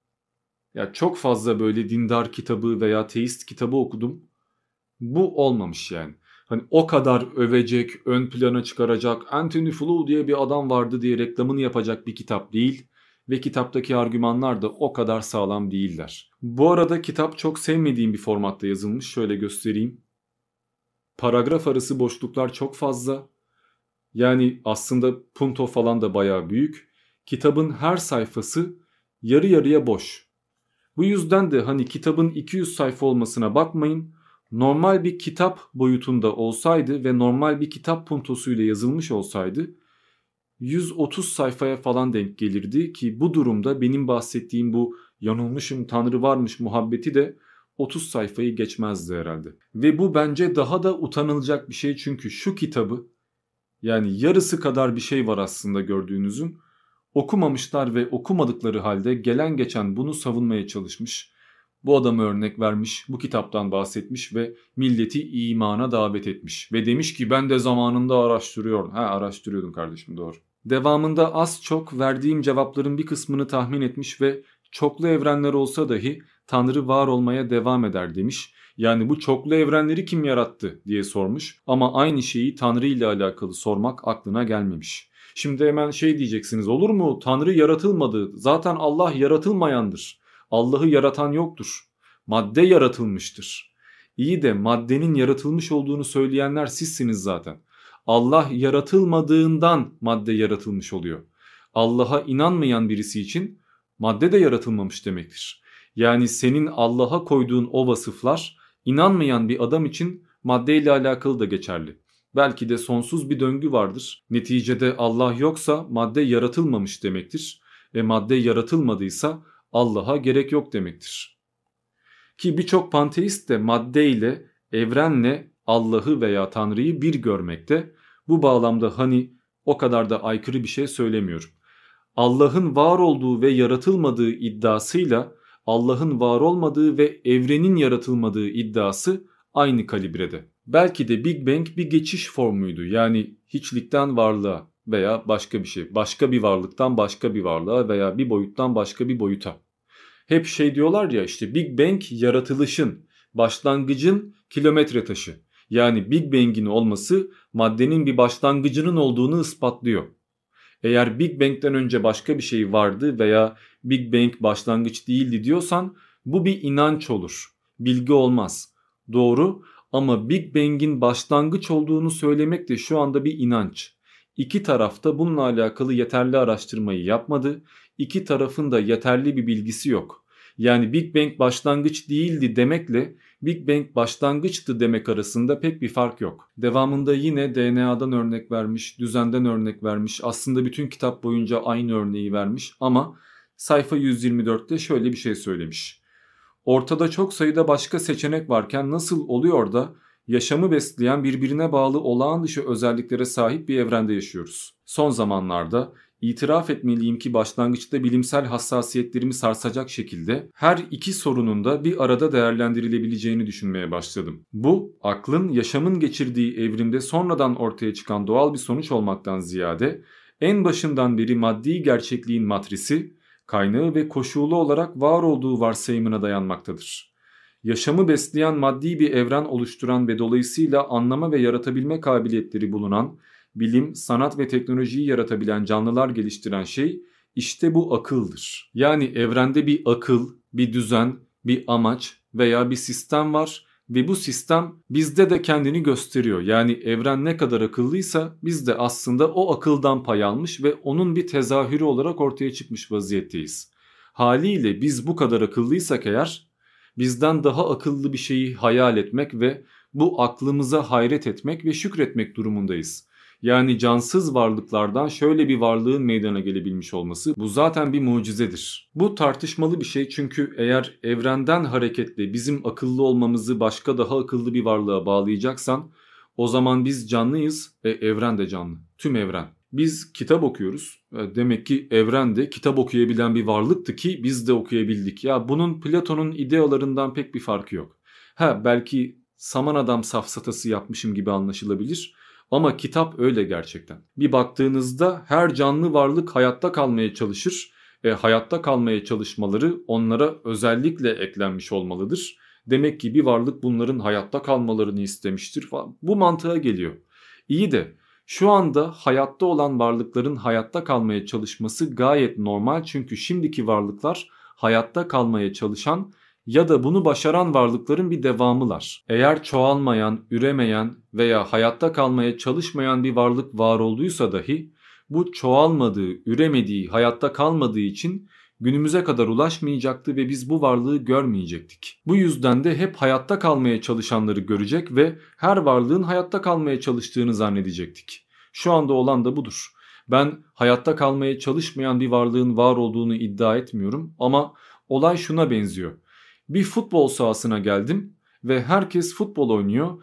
Ya çok fazla böyle dindar kitabı veya teist kitabı okudum. Bu olmamış yani. Hani o kadar övecek, ön plana çıkaracak, Anthony Flew diye bir adam vardı diye reklamını yapacak bir kitap değil. Ve kitaptaki argümanlar da o kadar sağlam değiller. Bu arada kitap çok sevmediğim bir formatta yazılmış. Şöyle göstereyim. Paragraf arası boşluklar çok fazla. Yani aslında punto falan da bayağı büyük. Kitabın her sayfası yarı yarıya boş. Bu yüzden de hani kitabın 200 sayfa olmasına bakmayın. Normal bir kitap boyutunda olsaydı ve normal bir kitap puntosuyla yazılmış olsaydı 130 sayfaya falan denk gelirdi ki bu durumda benim bahsettiğim bu yanılmışım, Tanrı varmış muhabbeti de 30 sayfayı geçmezdi herhalde. Ve bu bence daha da utanılacak bir şey, çünkü şu kitabı, yani yarısı kadar bir şey var aslında gördüğünüzün, okumamışlar ve okumadıkları halde gelen geçen bunu savunmaya çalışmış. Bu adamı örnek vermiş, bu kitaptan bahsetmiş ve milleti imana davet etmiş. Ve demiş ki ben de zamanında araştırıyorum. Araştırıyordum kardeşim, doğru. Devamında az çok verdiğim cevapların bir kısmını tahmin etmiş ve çoklu evrenler olsa dahi Tanrı var olmaya devam eder demiş. Yani bu çoklu evrenleri kim yarattı diye sormuş ama aynı şeyi Tanrı ile alakalı sormak aklına gelmemiş. Şimdi hemen şey diyeceksiniz, olur mu? Tanrı yaratılmadı. Zaten Allah yaratılmayandır. Allah'ı yaratan yoktur. Madde yaratılmıştır. İyi de maddenin yaratılmış olduğunu söyleyenler sizsiniz zaten. Allah yaratılmadığından madde yaratılmış oluyor. Allah'a inanmayan birisi için madde de yaratılmamış demektir. Yani senin Allah'a koyduğun o vasıflar inanmayan bir adam için maddeyle alakalı da geçerli. Belki de sonsuz bir döngü vardır. Neticede Allah yoksa madde yaratılmamış demektir. Madde yaratılmadıysa Allah'a gerek yok demektir. Ki birçok panteist de maddeyle, evrenle Allah'ı veya Tanrı'yı bir görmekte. Bu bağlamda hani o kadar da aykırı bir şey söylemiyorum. Allah'ın var olduğu ve yaratılmadığı iddiasıyla Allah'ın var olmadığı ve evrenin yaratılmadığı iddiası aynı kalibrede. Belki de Big Bang bir geçiş formuydu. Yani hiçlikten varlığa veya başka bir şey. Başka bir varlıktan başka bir varlığa veya bir boyuttan başka bir boyuta. Hep şey diyorlar ya, işte Big Bang yaratılışın, başlangıcın kilometre taşı. Yani Big Bang'in olması maddenin bir başlangıcının olduğunu ispatlıyor. Eğer Big Bang'den önce başka bir şey vardı veya Big Bang başlangıç değildi diyorsan bu bir inanç olur. Bilgi olmaz. Doğru, ama Big Bang'in başlangıç olduğunu söylemek de şu anda bir inanç. İki taraf da bununla alakalı yeterli araştırmayı yapmadı. İki tarafın da yeterli bir bilgisi yok. Yani Big Bang başlangıç değildi demekle Big Bang başlangıçtı demek arasında pek bir fark yok. Devamında yine DNA'dan örnek vermiş, düzenden örnek vermiş. Aslında bütün kitap boyunca aynı örneği vermiş ama sayfa 124'te şöyle bir şey söylemiş. Ortada çok sayıda başka seçenek varken nasıl oluyor da yaşamı besleyen birbirine bağlı olağan dışı özelliklere sahip bir evrende yaşıyoruz? Son zamanlarda İtiraf etmeliyim ki başlangıçta bilimsel hassasiyetlerimi sarsacak şekilde her iki sorunun da bir arada değerlendirilebileceğini düşünmeye başladım. Bu, aklın yaşamın geçirdiği evrimde sonradan ortaya çıkan doğal bir sonuç olmaktan ziyade en başından beri maddi gerçekliğin matrisi, kaynağı ve koşulu olarak var olduğu varsayımına dayanmaktadır. Yaşamı besleyen maddi bir evren oluşturan ve dolayısıyla anlama ve yaratabilme kabiliyetleri bulunan, bilim, sanat ve teknolojiyi yaratabilen canlılar geliştiren şey işte bu akıldır. Yani evrende bir akıl, bir düzen, bir amaç veya bir sistem var ve bu sistem bizde de kendini gösteriyor. Yani evren ne kadar akıllıysa biz de aslında o akıldan pay almış ve onun bir tezahürü olarak ortaya çıkmış vaziyetteyiz. Haliyle biz bu kadar akıllıysak eğer bizden daha akıllı bir şeyi hayal etmek ve bu aklımıza hayret etmek ve şükretmek durumundayız. Yani cansız varlıklardan şöyle bir varlığın meydana gelebilmiş olması, bu zaten bir mucizedir. Bu tartışmalı bir şey çünkü eğer evrenden hareketle bizim akıllı olmamızı başka daha akıllı bir varlığa bağlayacaksan o zaman biz canlıyız, evren de canlı. Tüm evren. Biz kitap okuyoruz. Demek ki evrende kitap okuyabilen bir varlıktı ki biz de okuyabildik. Ya bunun Platon'un idealarından pek bir farkı yok. Belki saman adam safsatası yapmışım gibi anlaşılabilir. Ama kitap öyle gerçekten. Bir baktığınızda her canlı varlık hayatta kalmaya çalışır. Hayatta kalmaya çalışmaları onlara özellikle eklenmiş olmalıdır. Demek ki bir varlık bunların hayatta kalmalarını istemiştir falan. Bu mantığa geliyor. İyi de şu anda hayatta olan varlıkların hayatta kalmaya çalışması gayet normal. Çünkü şimdiki varlıklar hayatta kalmaya çalışan ya da bunu başaran varlıkların bir devamılar. Eğer çoğalmayan, üremeyen veya hayatta kalmaya çalışmayan bir varlık var olduysa dahi bu çoğalmadığı, üremediği, hayatta kalmadığı için günümüze kadar ulaşmayacaktı ve biz bu varlığı görmeyecektik. Bu yüzden de hep hayatta kalmaya çalışanları görecek ve her varlığın hayatta kalmaya çalıştığını zannedecektik. Şu anda olan da budur. Ben hayatta kalmaya çalışmayan bir varlığın var olduğunu iddia etmiyorum ama olay şuna benziyor. Bir futbol sahasına geldim ve herkes futbol oynuyor.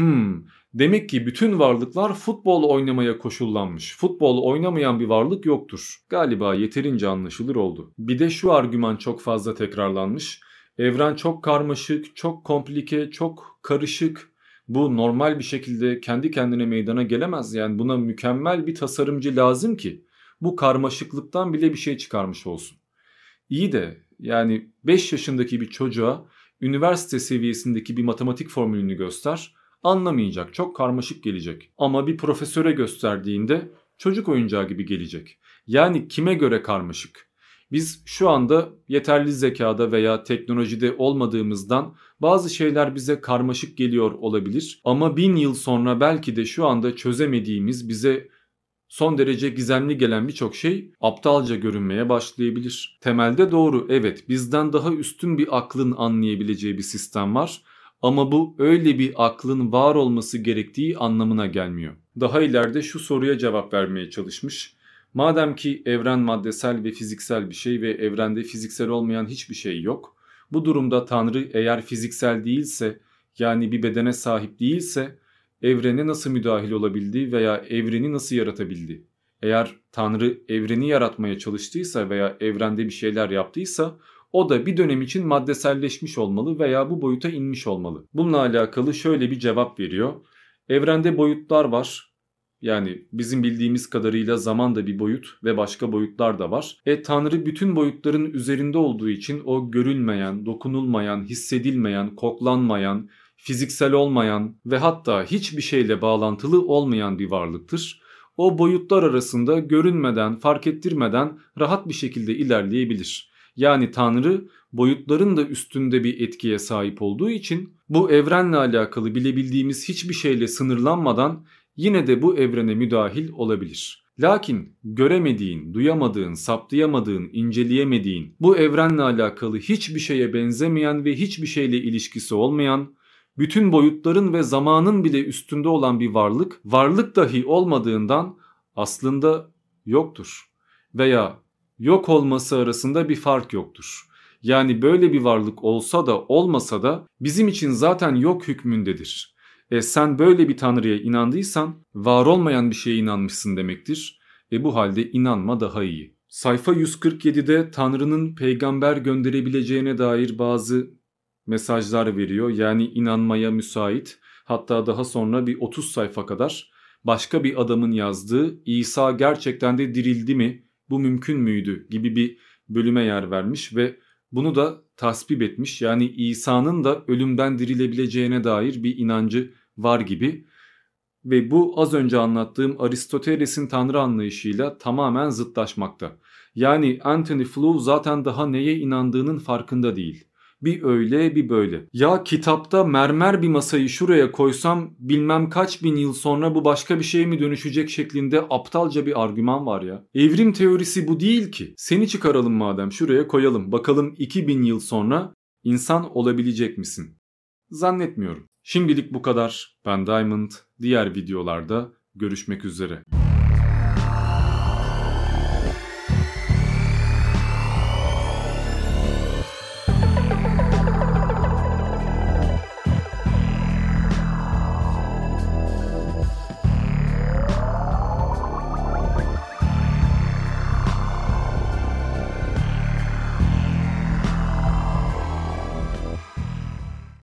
Demek ki bütün varlıklar futbol oynamaya koşullanmış. Futbol oynamayan bir varlık yoktur. Galiba yeterince anlaşılır oldu. Bir de şu argüman çok fazla tekrarlanmış. Evren çok karmaşık, çok komplike, çok karışık. Bu normal bir şekilde kendi kendine meydana gelemez. Yani buna mükemmel bir tasarımcı lazım ki bu karmaşıklıktan bile bir şey çıkarmış olsun. İyi de Yani 5 yaşındaki bir çocuğa üniversite seviyesindeki bir matematik formülünü göster, anlamayacak, çok karmaşık gelecek. Ama bir profesöre gösterdiğinde çocuk oyuncağı gibi gelecek. Yani kime göre karmaşık? Biz şu anda yeterli zekada veya teknolojide olmadığımızdan bazı şeyler bize karmaşık geliyor olabilir. Ama 1000 yıl sonra belki de şu anda çözemediğimiz, bize son derece gizemli gelen birçok şey aptalca görünmeye başlayabilir. Temelde doğru, evet, bizden daha üstün bir aklın anlayabileceği bir sistem var. Ama bu öyle bir aklın var olması gerektiği anlamına gelmiyor. Daha ileride şu soruya cevap vermeye çalışmış. Madem ki evren maddesel ve fiziksel bir şey ve evrende fiziksel olmayan hiçbir şey yok. Bu durumda Tanrı eğer fiziksel değilse, yani bir bedene sahip değilse, evrene nasıl müdahil olabildi veya evreni nasıl yaratabildi? Eğer Tanrı evreni yaratmaya çalıştıysa veya evrende bir şeyler yaptıysa, o da bir dönem için maddeselleşmiş olmalı veya bu boyuta inmiş olmalı. Bununla alakalı şöyle bir cevap veriyor. Evrende boyutlar var. Yani bizim bildiğimiz kadarıyla zaman da bir boyut ve başka boyutlar da var. Tanrı bütün boyutların üzerinde olduğu için o görülmeyen, dokunulmayan, hissedilmeyen, koklanmayan, fiziksel olmayan ve hatta hiçbir şeyle bağlantılı olmayan bir varlıktır. O boyutlar arasında görünmeden, fark ettirmeden rahat bir şekilde ilerleyebilir. Yani Tanrı boyutların da üstünde bir etkiye sahip olduğu için bu evrenle alakalı bilebildiğimiz hiçbir şeyle sınırlanmadan yine de bu evrene müdahil olabilir. Lakin göremediğin, duyamadığın, saptayamadığın, inceleyemediğin, bu evrenle alakalı hiçbir şeye benzemeyen ve hiçbir şeyle ilişkisi olmayan, bütün boyutların ve zamanın bile üstünde olan bir varlık, varlık dahi olmadığından aslında yoktur. Veya yok olması arasında bir fark yoktur. Yani böyle bir varlık olsa da olmasa da bizim için zaten yok hükmündedir. Sen böyle bir tanrıya inandıysan var olmayan bir şeye inanmışsın demektir. Bu halde inanma daha iyi. Sayfa 147'de Tanrı'nın peygamber gönderebileceğine dair bazı mesajlar veriyor. Yani inanmaya müsait. Hatta daha sonra bir 30 sayfa kadar başka bir adamın yazdığı İsa gerçekten de dirildi mi, bu mümkün müydü gibi bir bölüme yer vermiş ve bunu da tasvip etmiş. Yani İsa'nın da ölümden dirilebileceğine dair bir inancı var gibi. Ve bu az önce anlattığım Aristoteles'in tanrı anlayışıyla tamamen zıtlaşmakta. Yani Anthony Flew zaten daha neye inandığının farkında değil. Bir öyle bir böyle. Ya kitapta mermer bir masayı şuraya koysam bilmem kaç bin yıl sonra bu başka bir şeye mi dönüşecek şeklinde aptalca bir argüman var ya. Evrim teorisi bu değil ki. Seni çıkaralım madem, şuraya koyalım. Bakalım 2000 yıl sonra insan olabilecek misin? Zannetmiyorum. Şimdilik bu kadar. Ben Diamond. Diğer videolarda görüşmek üzere.